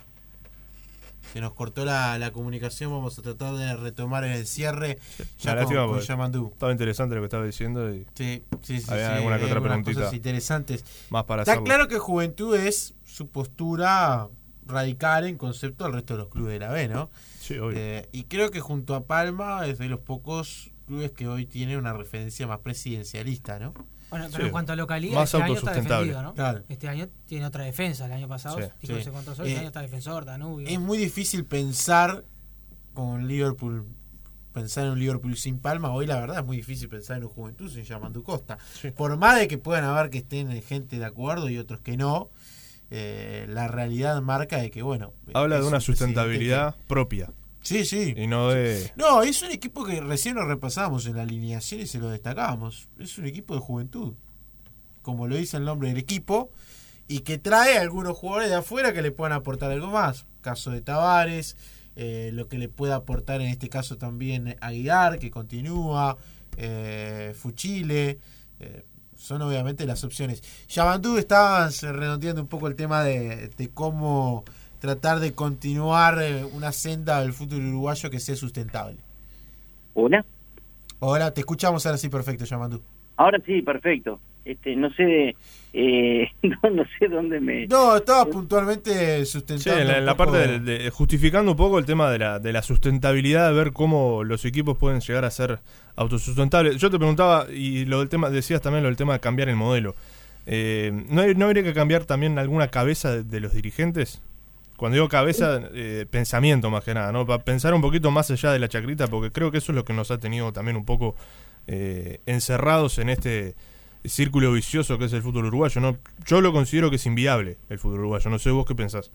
Se nos cortó la, la comunicación, vamos a tratar de retomar en el cierre. Ya la con, con Yamandú. Estaba interesante lo que estaba diciendo y sí, sí, sí, había sí, alguna que otra preguntita cosas interesantes. Más para Está hacerlo. claro que Juventud es su postura radical en concepto al resto de los clubes de la B, ¿no? Sí, obvio. Eh, y creo que junto a Palma es de los pocos clubes que hoy tiene una referencia más presidencialista, ¿no? Bueno, pero sí. en cuanto a localidad, Más este año está autosustentable. defendido, ¿no? Claro. Este año tiene otra defensa. El año pasado Sí. dijo Sí. se contra Sol, Eh, este año está Defensor, Danubio. Es muy difícil pensar con Liverpool, pensar en un Liverpool sin Palma. Hoy la verdad es muy difícil pensar en un Juventud sin Yamandú Costa. Sí. Por más de que puedan haber que estén gente de acuerdo y otros que no, eh, la realidad marca de que, bueno... Habla es de una un presidente sustentabilidad que... propia. Sí, sí. Y no de... No, es un equipo que recién lo repasamos en la alineación y se lo destacábamos. Es un equipo de Juventud, como lo dice el nombre del equipo, y que trae a algunos jugadores de afuera que le puedan aportar algo más. Caso de Tavares, eh, lo que le pueda aportar en este caso también Aguilar, que continúa, eh, Fuchile, eh, son obviamente las opciones. Yamandú estaba redondeando un poco el tema de, de cómo tratar de continuar eh, una senda del fútbol uruguayo que sea sustentable. ¿Hola? Hola, te escuchamos ahora sí perfecto, Yamandú. Ahora sí, perfecto. Este, no sé, eh, no, no sé dónde me... No, estaba puntualmente Sí, sustentando. en la, en la un poco... parte de, de- justificando un poco el tema de la, de la sustentabilidad, de ver cómo los equipos pueden llegar a ser autosustentables. Yo te preguntaba, y lo del tema, decías también lo del tema de cambiar el modelo. Eh, ¿no, hay- ¿No habría que cambiar también alguna cabeza de, de los dirigentes? Cuando digo cabeza, eh, pensamiento más que nada, ¿no? Para pensar un poquito más allá de la chacrita, porque creo que eso es lo que nos ha tenido también un poco eh, encerrados en este círculo vicioso que es el fútbol uruguayo, ¿no? Yo lo considero que es inviable el fútbol uruguayo, no sé vos qué pensás.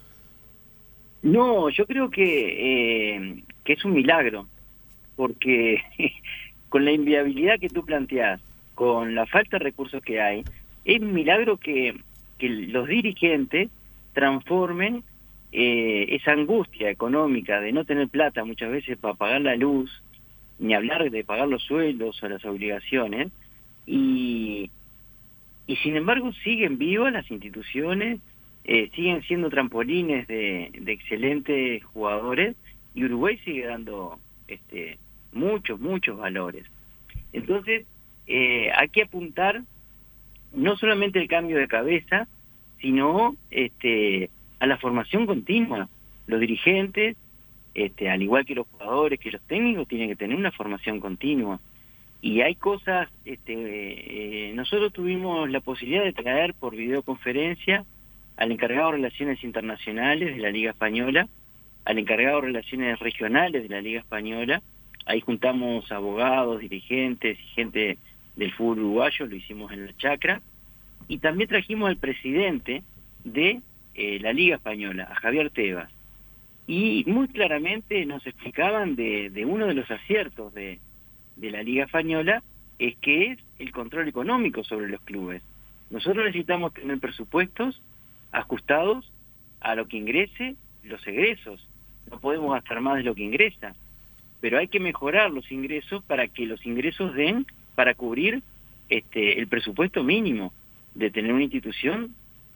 No, yo creo que, eh, que es un milagro, porque con la inviabilidad que tú planteás, con la falta de recursos que hay, es un milagro que, que los dirigentes transformen eh, esa angustia económica de no tener plata muchas veces para pagar la luz, ni hablar de pagar los sueldos o las obligaciones, y, y sin embargo siguen vivas las instituciones, eh, siguen siendo trampolines de, de excelentes jugadores, y Uruguay sigue dando este, muchos, muchos valores. Entonces, eh, hay que apuntar no solamente el cambio de cabeza, sino este, a la formación continua. Los dirigentes, este, al igual que los jugadores, que los técnicos, tienen que tener una formación continua. Y hay cosas, este, eh, nosotros tuvimos la posibilidad de traer por videoconferencia al encargado de Relaciones Internacionales de la Liga Española, al encargado de Relaciones Regionales de la Liga Española. Ahí juntamos abogados, dirigentes y gente del fútbol uruguayo, lo hicimos en la Chacra. Y también trajimos al presidente de eh, la Liga Española, a Javier Tebas. Y muy claramente nos explicaban de, de uno de los aciertos de, de la Liga Española, es que es el control económico sobre los clubes. Nosotros necesitamos tener presupuestos ajustados a lo que ingrese los egresos. No podemos gastar más de lo que ingresa, pero hay que mejorar los ingresos para que los ingresos den para cubrir este el presupuesto mínimo de tener una institución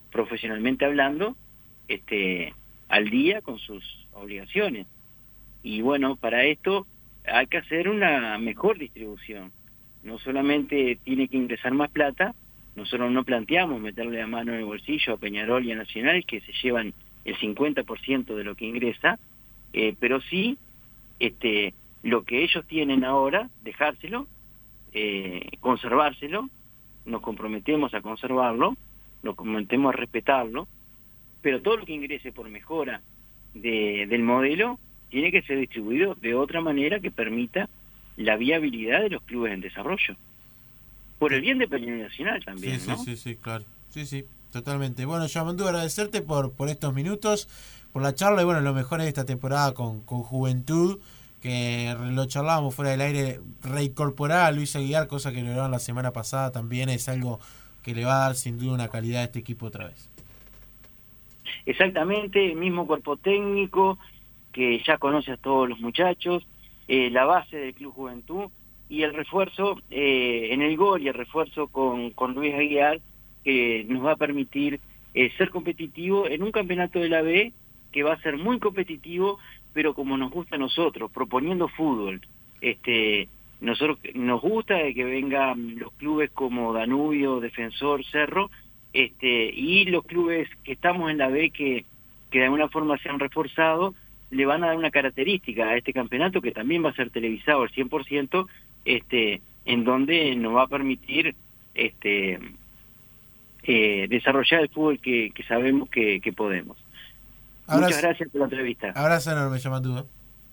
profesionalmente hablando, este, al día con sus obligaciones. Y bueno, para esto hay que hacer una mejor distribución. No solamente tiene que ingresar más plata, nosotros no planteamos meterle la mano en el bolsillo a Peñarol y a Nacional, que se llevan el cincuenta por ciento de lo que ingresa, eh, pero sí este, lo que ellos tienen ahora, dejárselo, eh, conservárselo, nos comprometemos a conservarlo, nos comprometemos a respetarlo, pero todo lo que ingrese por mejora de, del modelo tiene que ser distribuido de otra manera que permita la viabilidad de los clubes en desarrollo. Por el bien de Peñarol Nacional también, sí, ¿no? Sí, sí, sí, claro. Sí, sí, totalmente. Bueno, Yamandú, agradecerte por, por estos minutos, por la charla y bueno, lo mejor de esta temporada con, con Juventud, que lo charlábamos fuera del aire, reincorporar a Luis Aguiar, cosa que lograron la semana pasada, también es algo que le va a dar sin duda una calidad a este equipo otra vez. Exactamente, el mismo cuerpo técnico, que ya conoce a todos los muchachos, eh, la base del Club Juventud y el refuerzo eh, en el gol y el refuerzo con, con Luis Aguiar, que nos va a permitir eh, ser competitivo en un campeonato de la B que va a ser muy competitivo, pero como nos gusta a nosotros, proponiendo fútbol. Este, nosotros nos gusta de que vengan los clubes como Danubio, Defensor, Cerro, este, y los clubes que estamos en la B que, que de alguna forma se han reforzado, le van a dar una característica a este campeonato que también va a ser televisado al cien por ciento, este, en donde nos va a permitir este, eh, desarrollar el fútbol que, que sabemos que, que podemos. Abrazo. Muchas gracias por la entrevista. Abrazo enorme, Yamandú.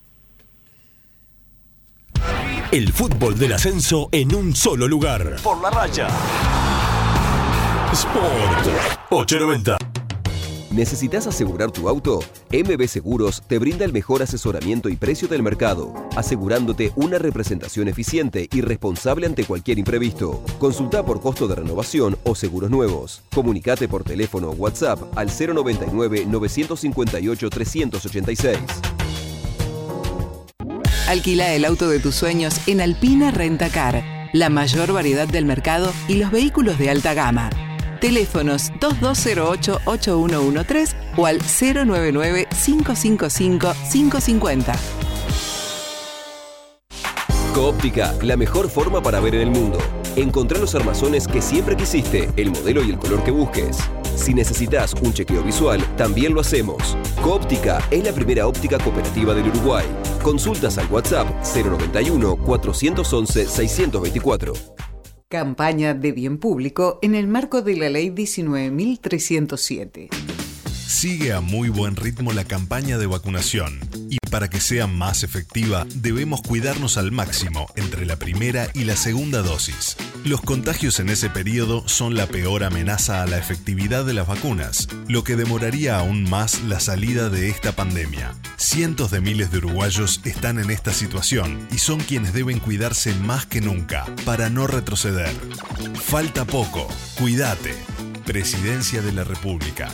El fútbol del ascenso en un solo lugar. Por la raya. Sport ochocientos noventa. ¿Necesitas asegurar tu auto? M B Seguros te brinda el mejor asesoramiento y precio del mercado, asegurándote una representación eficiente y responsable ante cualquier imprevisto. Consulta por costo de renovación o seguros nuevos. Comunicate por teléfono o WhatsApp al cero noventa y nueve, novecientos cincuenta y ocho, trescientos ochenta y seis. Alquila el auto de tus sueños en Alpina Rentacar. La mayor variedad del mercado y los vehículos de alta gama. Teléfonos dos dos cero ocho, ocho uno uno tres o al cero nueve nueve, cinco cinco cinco, cinco cinco cero. Coóptica, la mejor forma para ver en el mundo. Encontrá los armazones que siempre quisiste, el modelo y el color que busques. Si necesitas un chequeo visual, también lo hacemos. Coóptica es la primera óptica cooperativa del Uruguay. Consultas al WhatsApp cero noventa y uno, cuatrocientos once, seiscientos veinticuatro. Campaña de bien público en el marco de la Ley diecinueve mil trescientos siete. Sigue a muy buen ritmo la campaña de vacunación y para que sea más efectiva debemos cuidarnos al máximo entre la primera y la segunda dosis. Los contagios en ese periodo son la peor amenaza a la efectividad de las vacunas, lo que demoraría aún más la salida de esta pandemia. Cientos de miles de uruguayos están en esta situación y son quienes deben cuidarse más que nunca para no retroceder. Falta poco, cuídate. Presidencia de la República.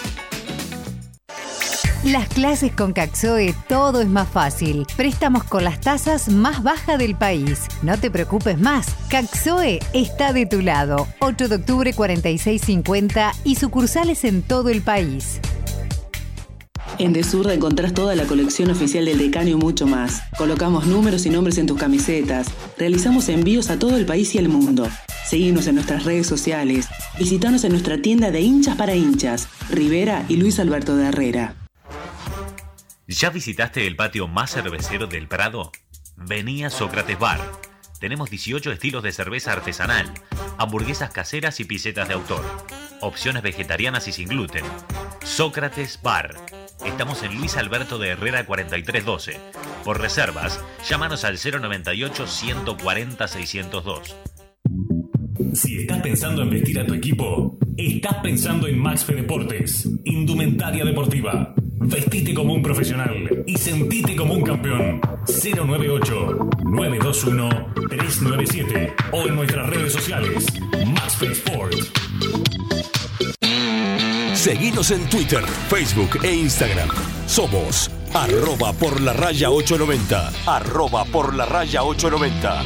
Las clases con Caxoe todo es más fácil. Préstamos con las tasas más bajas del país. No te preocupes más. Caxoe está de tu lado. ocho de octubre cuarenta y seis cincuenta y sucursales en todo el país. En Desur encontrás toda la colección oficial del Decano y mucho más. Colocamos números y nombres en tus camisetas. Realizamos envíos a todo el país y el mundo. Seguinos en nuestras redes sociales. Visítanos en nuestra tienda de hinchas para hinchas, Rivera y Luis Alberto de Herrera. ¿Ya visitaste el patio más cervecero del Prado? Vení a Sócrates Bar. Tenemos dieciocho estilos de cerveza artesanal, hamburguesas caseras y pisetas de autor. Opciones vegetarianas y sin gluten. Sócrates Bar. Estamos en Luis Alberto de Herrera cuarenta y tres doce. Por reservas, llámanos al cero noventa y ocho, ciento cuarenta, seiscientos dos. Si estás pensando en vestir a tu equipo, estás pensando en Maxfe Deportes, indumentaria deportiva. Vestite como un profesional y sentite como un campeón. cero nueve ocho, nueve dos uno, tres nueve siete o en nuestras redes sociales. Maxfe Sport. Seguinos en Twitter, Facebook e Instagram. Somos arroba por la raya ochocientos noventa. Arroba por la raya ochocientos noventa.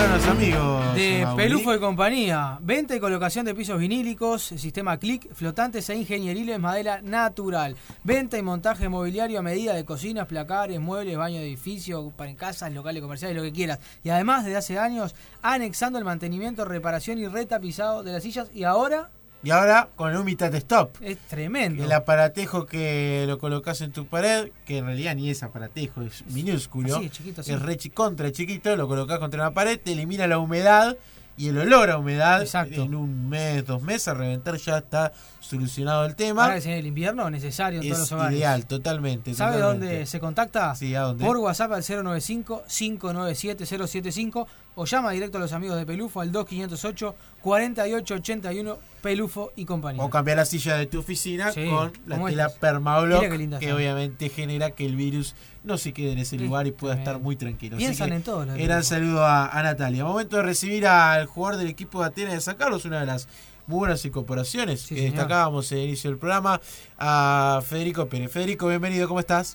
con los amigos de Mauri. Pelufo y compañía. Venta y colocación de pisos vinílicos, sistema clic, flotantes e ingenieriles, madera natural. Venta y montaje mobiliario a medida de cocinas, placares, muebles, baños de edificio, para en casas, locales comerciales, lo que quieras. Y además, desde hace años, anexando el mantenimiento, reparación y retapizado de las sillas. Y ahora... Y ahora con el Humitat Stop. Es tremendo. El aparatejo que lo colocas en tu pared, que en realidad ni es aparatejo, es minúsculo. Así, chiquito, así. Es re chi- contra chiquito, lo colocas contra una pared, te elimina la humedad y el olor a humedad. Exacto. En un mes, dos meses, a reventar ya está solucionado el tema. Ahora que se viene el invierno, necesario en Es todos los hogares. ideal, totalmente. ¿Sabe totalmente. dónde se contacta? Sí, ¿a dónde? Por WhatsApp al cero noventa y cinco, cinco nueve siete, cero siete cinco o llama directo a los amigos de Pelufo al dos quinientos ocho, cuarenta y ocho ochenta y uno, Pelufo y compañía. O cambiar la silla de tu oficina Sí, con la como tela estas. Permablock, Mira qué lindas que son. obviamente genera que el virus no se quede en ese Sí, lugar y pueda tremendo. estar muy tranquilo. Así Piensan que en todo. gran saludo a, a Natalia. Momento de recibir al jugador del equipo de Atenas de San Carlos, una de las muy buenas incorporaciones Sí, que señor. destacábamos en el inicio del programa, a Federico Pérez. Federico, bienvenido, ¿cómo estás?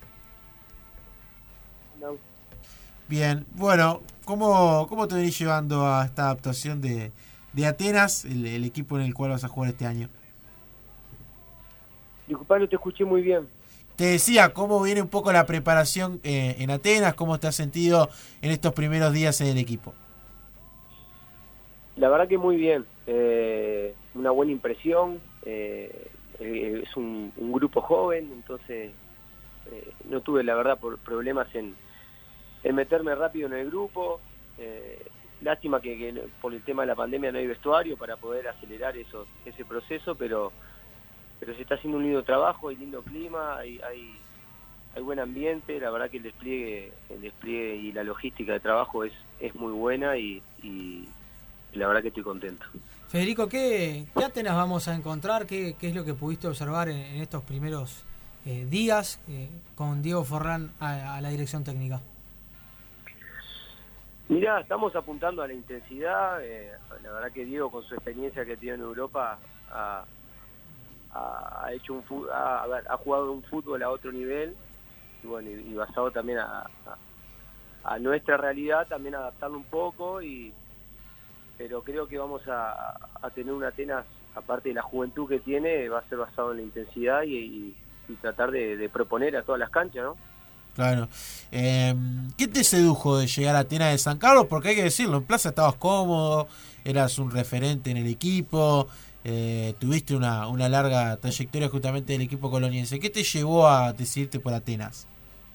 No. Bien, bueno, ¿cómo, cómo te venís llevando a esta adaptación de, de Atenas, el, el equipo en el cual vas a jugar este año? Disculpa, no te escuché muy bien. Te decía, ¿cómo viene un poco la preparación eh, en Atenas? ¿Cómo te has sentido en estos primeros días en el equipo? La verdad que muy bien. Eh, una buena impresión. Eh, eh, es un, un grupo joven, entonces eh, no tuve, la verdad, por problemas en, en meterme rápido en el grupo. Eh, lástima que, que por el tema de la pandemia no hay vestuario para poder acelerar eso, ese proceso, pero pero se está haciendo un lindo trabajo, hay lindo clima, hay, hay, hay buen ambiente. La verdad que el despliegue el despliegue y la logística de trabajo es, es muy buena y, y la verdad que estoy contento. Federico, ¿qué, qué Atenas vamos a encontrar? ¿Qué, qué es lo que pudiste observar en, en estos primeros eh, días eh, con Diego Forlán a, a la dirección técnica? Mirá, estamos apuntando a la intensidad. Eh, la verdad que Diego, con su experiencia que tiene en Europa, ha, ha, ha hecho un fu- ha, a ver, ha jugado un fútbol a otro nivel y bueno, y, y basado también a, a, a nuestra realidad, también adaptarlo un poco. Y pero creo que vamos a, a tener un Atenas, aparte de la juventud que tiene, va a ser basado en la intensidad y, y, y tratar de, de proponer a todas las canchas, ¿no? Claro. Eh, ¿Qué te sedujo de llegar a Atenas de San Carlos? Porque hay que decirlo, en Plaza estabas cómodo, eras un referente en el equipo, eh, tuviste una, una larga trayectoria justamente del equipo coloniense. ¿Qué te llevó a decidirte por Atenas?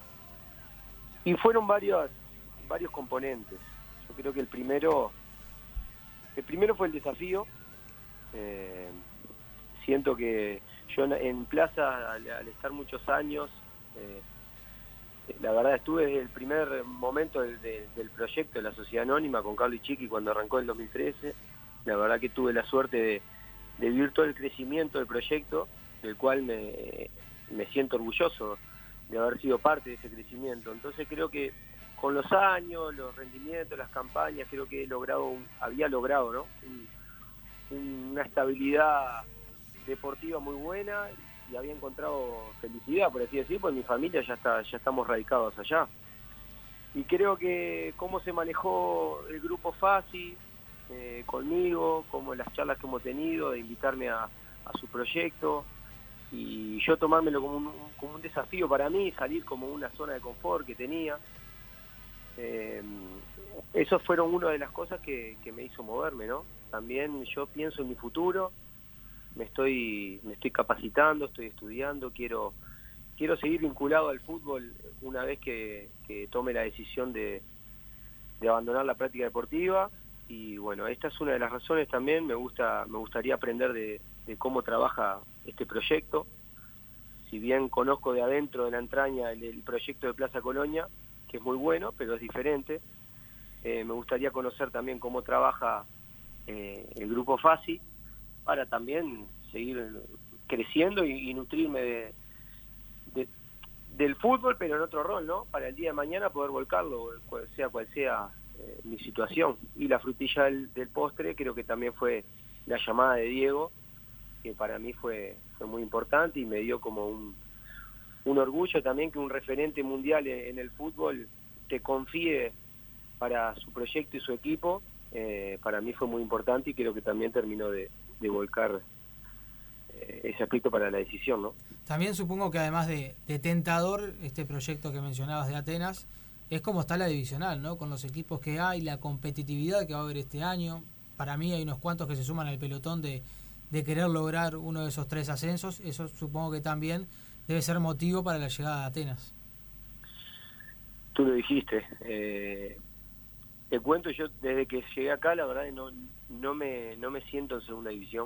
Y fueron varios, varios componentes. Yo creo que el primero, el primero fue el desafío. Eh, siento que yo en, en Plaza, al, al estar muchos años, eh, la verdad estuve desde el primer momento del, del, del proyecto de la Sociedad Anónima con Carlos y Chiqui cuando arrancó en dos mil trece. La verdad que tuve la suerte de, de vivir todo el crecimiento del proyecto, del cual me, me siento orgulloso de haber sido parte de ese crecimiento. Entonces creo que con los años, los rendimientos, las campañas, creo que he logrado un, había logrado ¿no? un, un, una estabilidad deportiva muy buena y había encontrado felicidad, por así decir, pues mi familia ya está ya estamos radicados allá. Y creo que cómo se manejó el grupo Fasi eh, conmigo, como las charlas que hemos tenido, de invitarme a, a su proyecto, y yo tomármelo como un, como un desafío para mí, salir como una zona de confort que tenía. Eh, esos fueron una de las cosas que, que me hizo moverme, ¿no? También yo pienso en mi futuro, me estoy me estoy capacitando, estoy estudiando, quiero quiero seguir vinculado al fútbol una vez que, que tome la decisión de, de abandonar la práctica deportiva. Y bueno, esta es una de las razones también. Me gusta me gustaría aprender de, de cómo trabaja este proyecto. Si bien conozco de adentro, de la entraña, el, el proyecto de Plaza Colonia, que es muy bueno, pero es diferente, eh, me gustaría conocer también cómo trabaja eh, el grupo Fasi, para también seguir creciendo y, y nutrirme de, de, del fútbol, pero en otro rol, ¿no? Para el día de mañana poder volcarlo, cual sea cual sea eh, mi situación. Y la frutilla del, del postre creo que también fue la llamada de Diego, que para mí fue, fue muy importante y me dio como un, un orgullo también que un referente mundial en, en el fútbol te confíe para su proyecto y su equipo. eh, para mí fue muy importante y creo que también terminó de, de volcar eh, ese aspecto para la decisión, ¿no? También supongo que además de, de tentador, este proyecto que mencionabas de Atenas, es como está la divisional, ¿no? Con los equipos que hay, la competitividad que va a haber este año. Para mí hay unos cuantos que se suman al pelotón de, de querer lograr uno de esos tres ascensos. Eso supongo que también debe ser motivo para la llegada de Atenas. Tú lo dijiste. Eh, te cuento, yo desde que llegué acá, la verdad, no, no, me, no me siento en segunda división.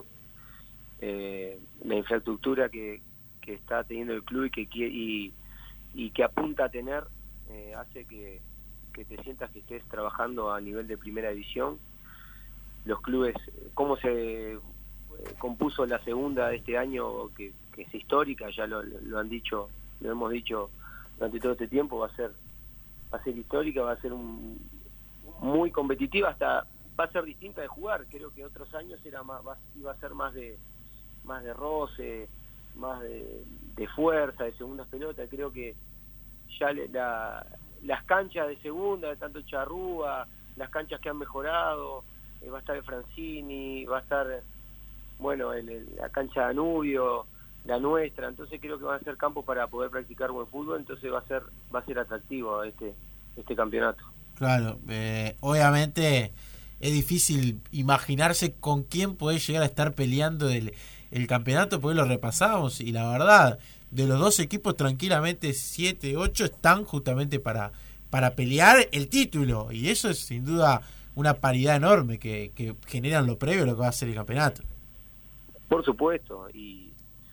Eh, la infraestructura que, que está teniendo el club y que, y, y que apunta a tener eh, hace que, que te sientas que estés trabajando a nivel de primera división. Los clubes, cómo se eh, compuso la segunda de este año, que, que es histórica, ya lo, lo han dicho, lo hemos dicho durante todo este tiempo, va a ser va a ser histórica, va a ser un, muy competitiva, hasta va a ser distinta de jugar. Creo que otros años era más va, iba a ser más de más de roce, más de, de fuerza, de segundas pelotas. Creo que ya la, las canchas de segunda, de tanto Charrúa, las canchas que han mejorado, eh, va a estar el Francini, va a estar, bueno, el, el, la cancha de Danubio, la nuestra. Entonces creo que van a ser campos para poder practicar buen fútbol, entonces va a ser va a ser atractivo este este campeonato. Claro, eh, obviamente es difícil imaginarse con quién podés llegar a estar peleando el, el campeonato, porque lo repasamos y la verdad, de los dos equipos tranquilamente siete, ocho están justamente para, para pelear el título, y eso es sin duda una paridad enorme que, que generan lo previo a lo que va a ser el campeonato. Por supuesto, y,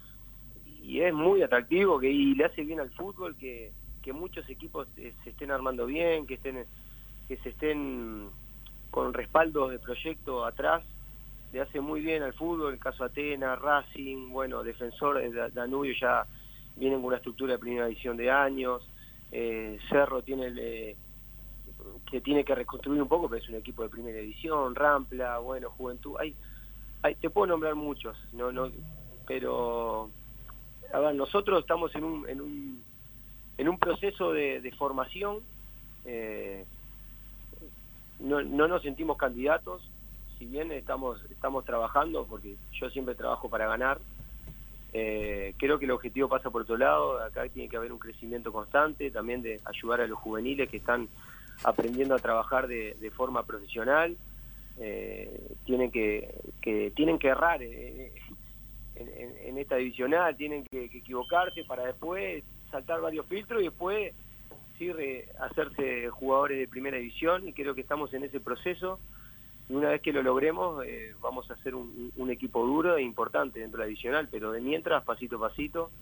y es muy atractivo que y le hace bien al fútbol que, que muchos equipos eh, se estén armando bien, que estén que se estén con respaldos de proyecto atrás. Le hace muy bien al fútbol, el caso Atenas, Racing, bueno, Defensor, Danubio ya vienen con una estructura de primera división de años, eh, Cerro tiene el, eh, que tiene que reconstruir un poco, pero es un equipo de primera división, Rampla, bueno, Juventud, hay, hay te puedo nombrar muchos, no, no, pero a ver, nosotros estamos en un, en un, en un proceso de, de formación, eh, no, no nos sentimos candidatos, si bien estamos estamos trabajando, porque yo siempre trabajo para ganar, eh, creo que el objetivo pasa por otro lado. Acá tiene que haber un crecimiento constante, también de ayudar a los juveniles que están aprendiendo a trabajar de, de forma profesional, eh, tienen que, que tienen que errar eh, en, en, en esta divisional, tienen que, que equivocarse para después saltar varios filtros y después sí re, hacerse jugadores de primera división, y creo que estamos en ese proceso. Y una vez que lo logremos, eh, vamos a hacer un, un equipo duro e importante dentro de la divisional, pero de mientras, pasito a pasito.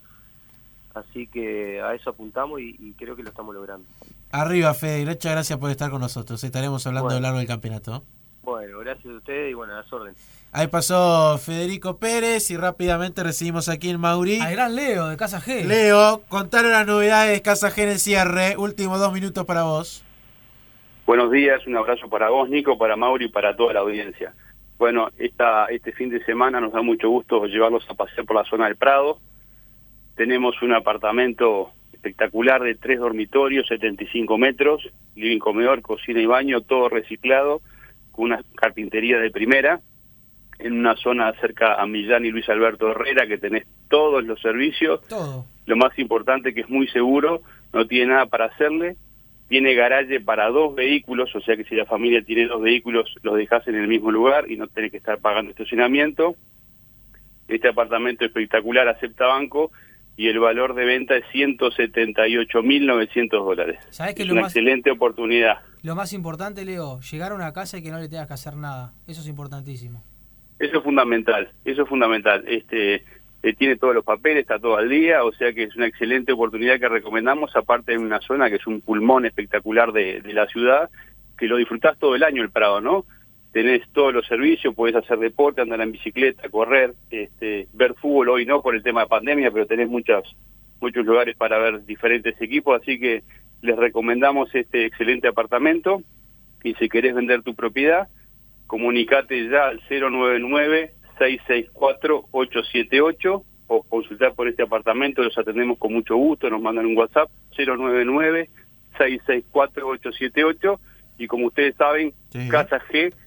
Así que a eso apuntamos y, y creo que lo estamos logrando. Arriba, Fede, muchas gracias por estar con nosotros. Estaremos hablando bueno, a lo largo del campeonato. Bueno, gracias a ustedes y bueno, a las órdenes. Ahí pasó Federico Pérez y rápidamente recibimos aquí en Mauri al gran Leo de Casa G. Leo, contaron las novedades de Casa G en el cierre. Últimos dos minutos para vos. Buenos días, un abrazo para vos, Nico, para Mauri y para toda la audiencia. Bueno, esta, este fin de semana nos da mucho gusto llevarlos a pasear por la zona del Prado. Tenemos un apartamento espectacular de tres dormitorios, setenta y cinco metros, living, comedor, cocina y baño, todo reciclado, con una carpintería de primera, en una zona cerca a Millán y Luis Alberto Herrera, que tenés todos los servicios. Todo. Lo más importante, que es muy seguro, no tiene nada para hacerle. Tiene garaje para dos vehículos, o sea que si la familia tiene dos vehículos, los dejás en el mismo lugar y no tenés que estar pagando estacionamiento. Este apartamento espectacular acepta banco y el valor de venta es ciento setenta y ocho mil novecientos dólares. ¿Sabés que es lo una más, excelente oportunidad. Lo más importante, Leo, llegar a una casa y que no le tengas que hacer nada. Eso es importantísimo. Eso es fundamental, eso es fundamental. Este... Eh, tiene todos los papeles, está todo al día, o sea que es una excelente oportunidad que recomendamos, aparte de una zona que es un pulmón espectacular de, de la ciudad, que lo disfrutás todo el año el Prado, ¿no? Tenés todos los servicios, podés hacer deporte, andar en bicicleta, correr, este, ver fútbol, hoy no por el tema de pandemia, pero tenés muchas, muchos lugares para ver diferentes equipos, así que les recomendamos este excelente apartamento, y si querés vender tu propiedad, comunicate ya al cero nueve nueve, seis seis cuatro, ocho siete ocho o consultar por este apartamento, los atendemos con mucho gusto, nos mandan un WhatsApp cero nueve nueve, seis seis cuatro, ocho siete ocho y como ustedes saben, sí. Casa G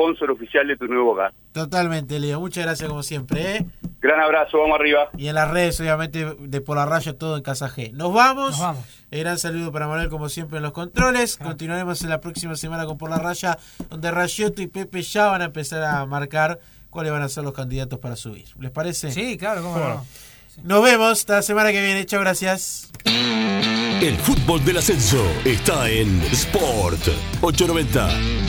sponsor oficial de tu nuevo hogar. Totalmente, Leo. Muchas gracias como siempre, ¿eh? Gran abrazo, vamos arriba. Y en las redes, obviamente, de Por la Raya, todo en Casa G. Nos vamos. Nos vamos. Eh, gran saludo para Manuel, como siempre, en los controles. Claro. Continuaremos en la próxima semana con Por la Raya, donde Rayotto y Pepe ya van a empezar a marcar cuáles van a ser los candidatos para subir. ¿Les parece? Sí, claro, cómo no. Sí. Nos vemos hasta la semana que viene. Chao, gracias. El fútbol del ascenso está en Sport ochocientos noventa.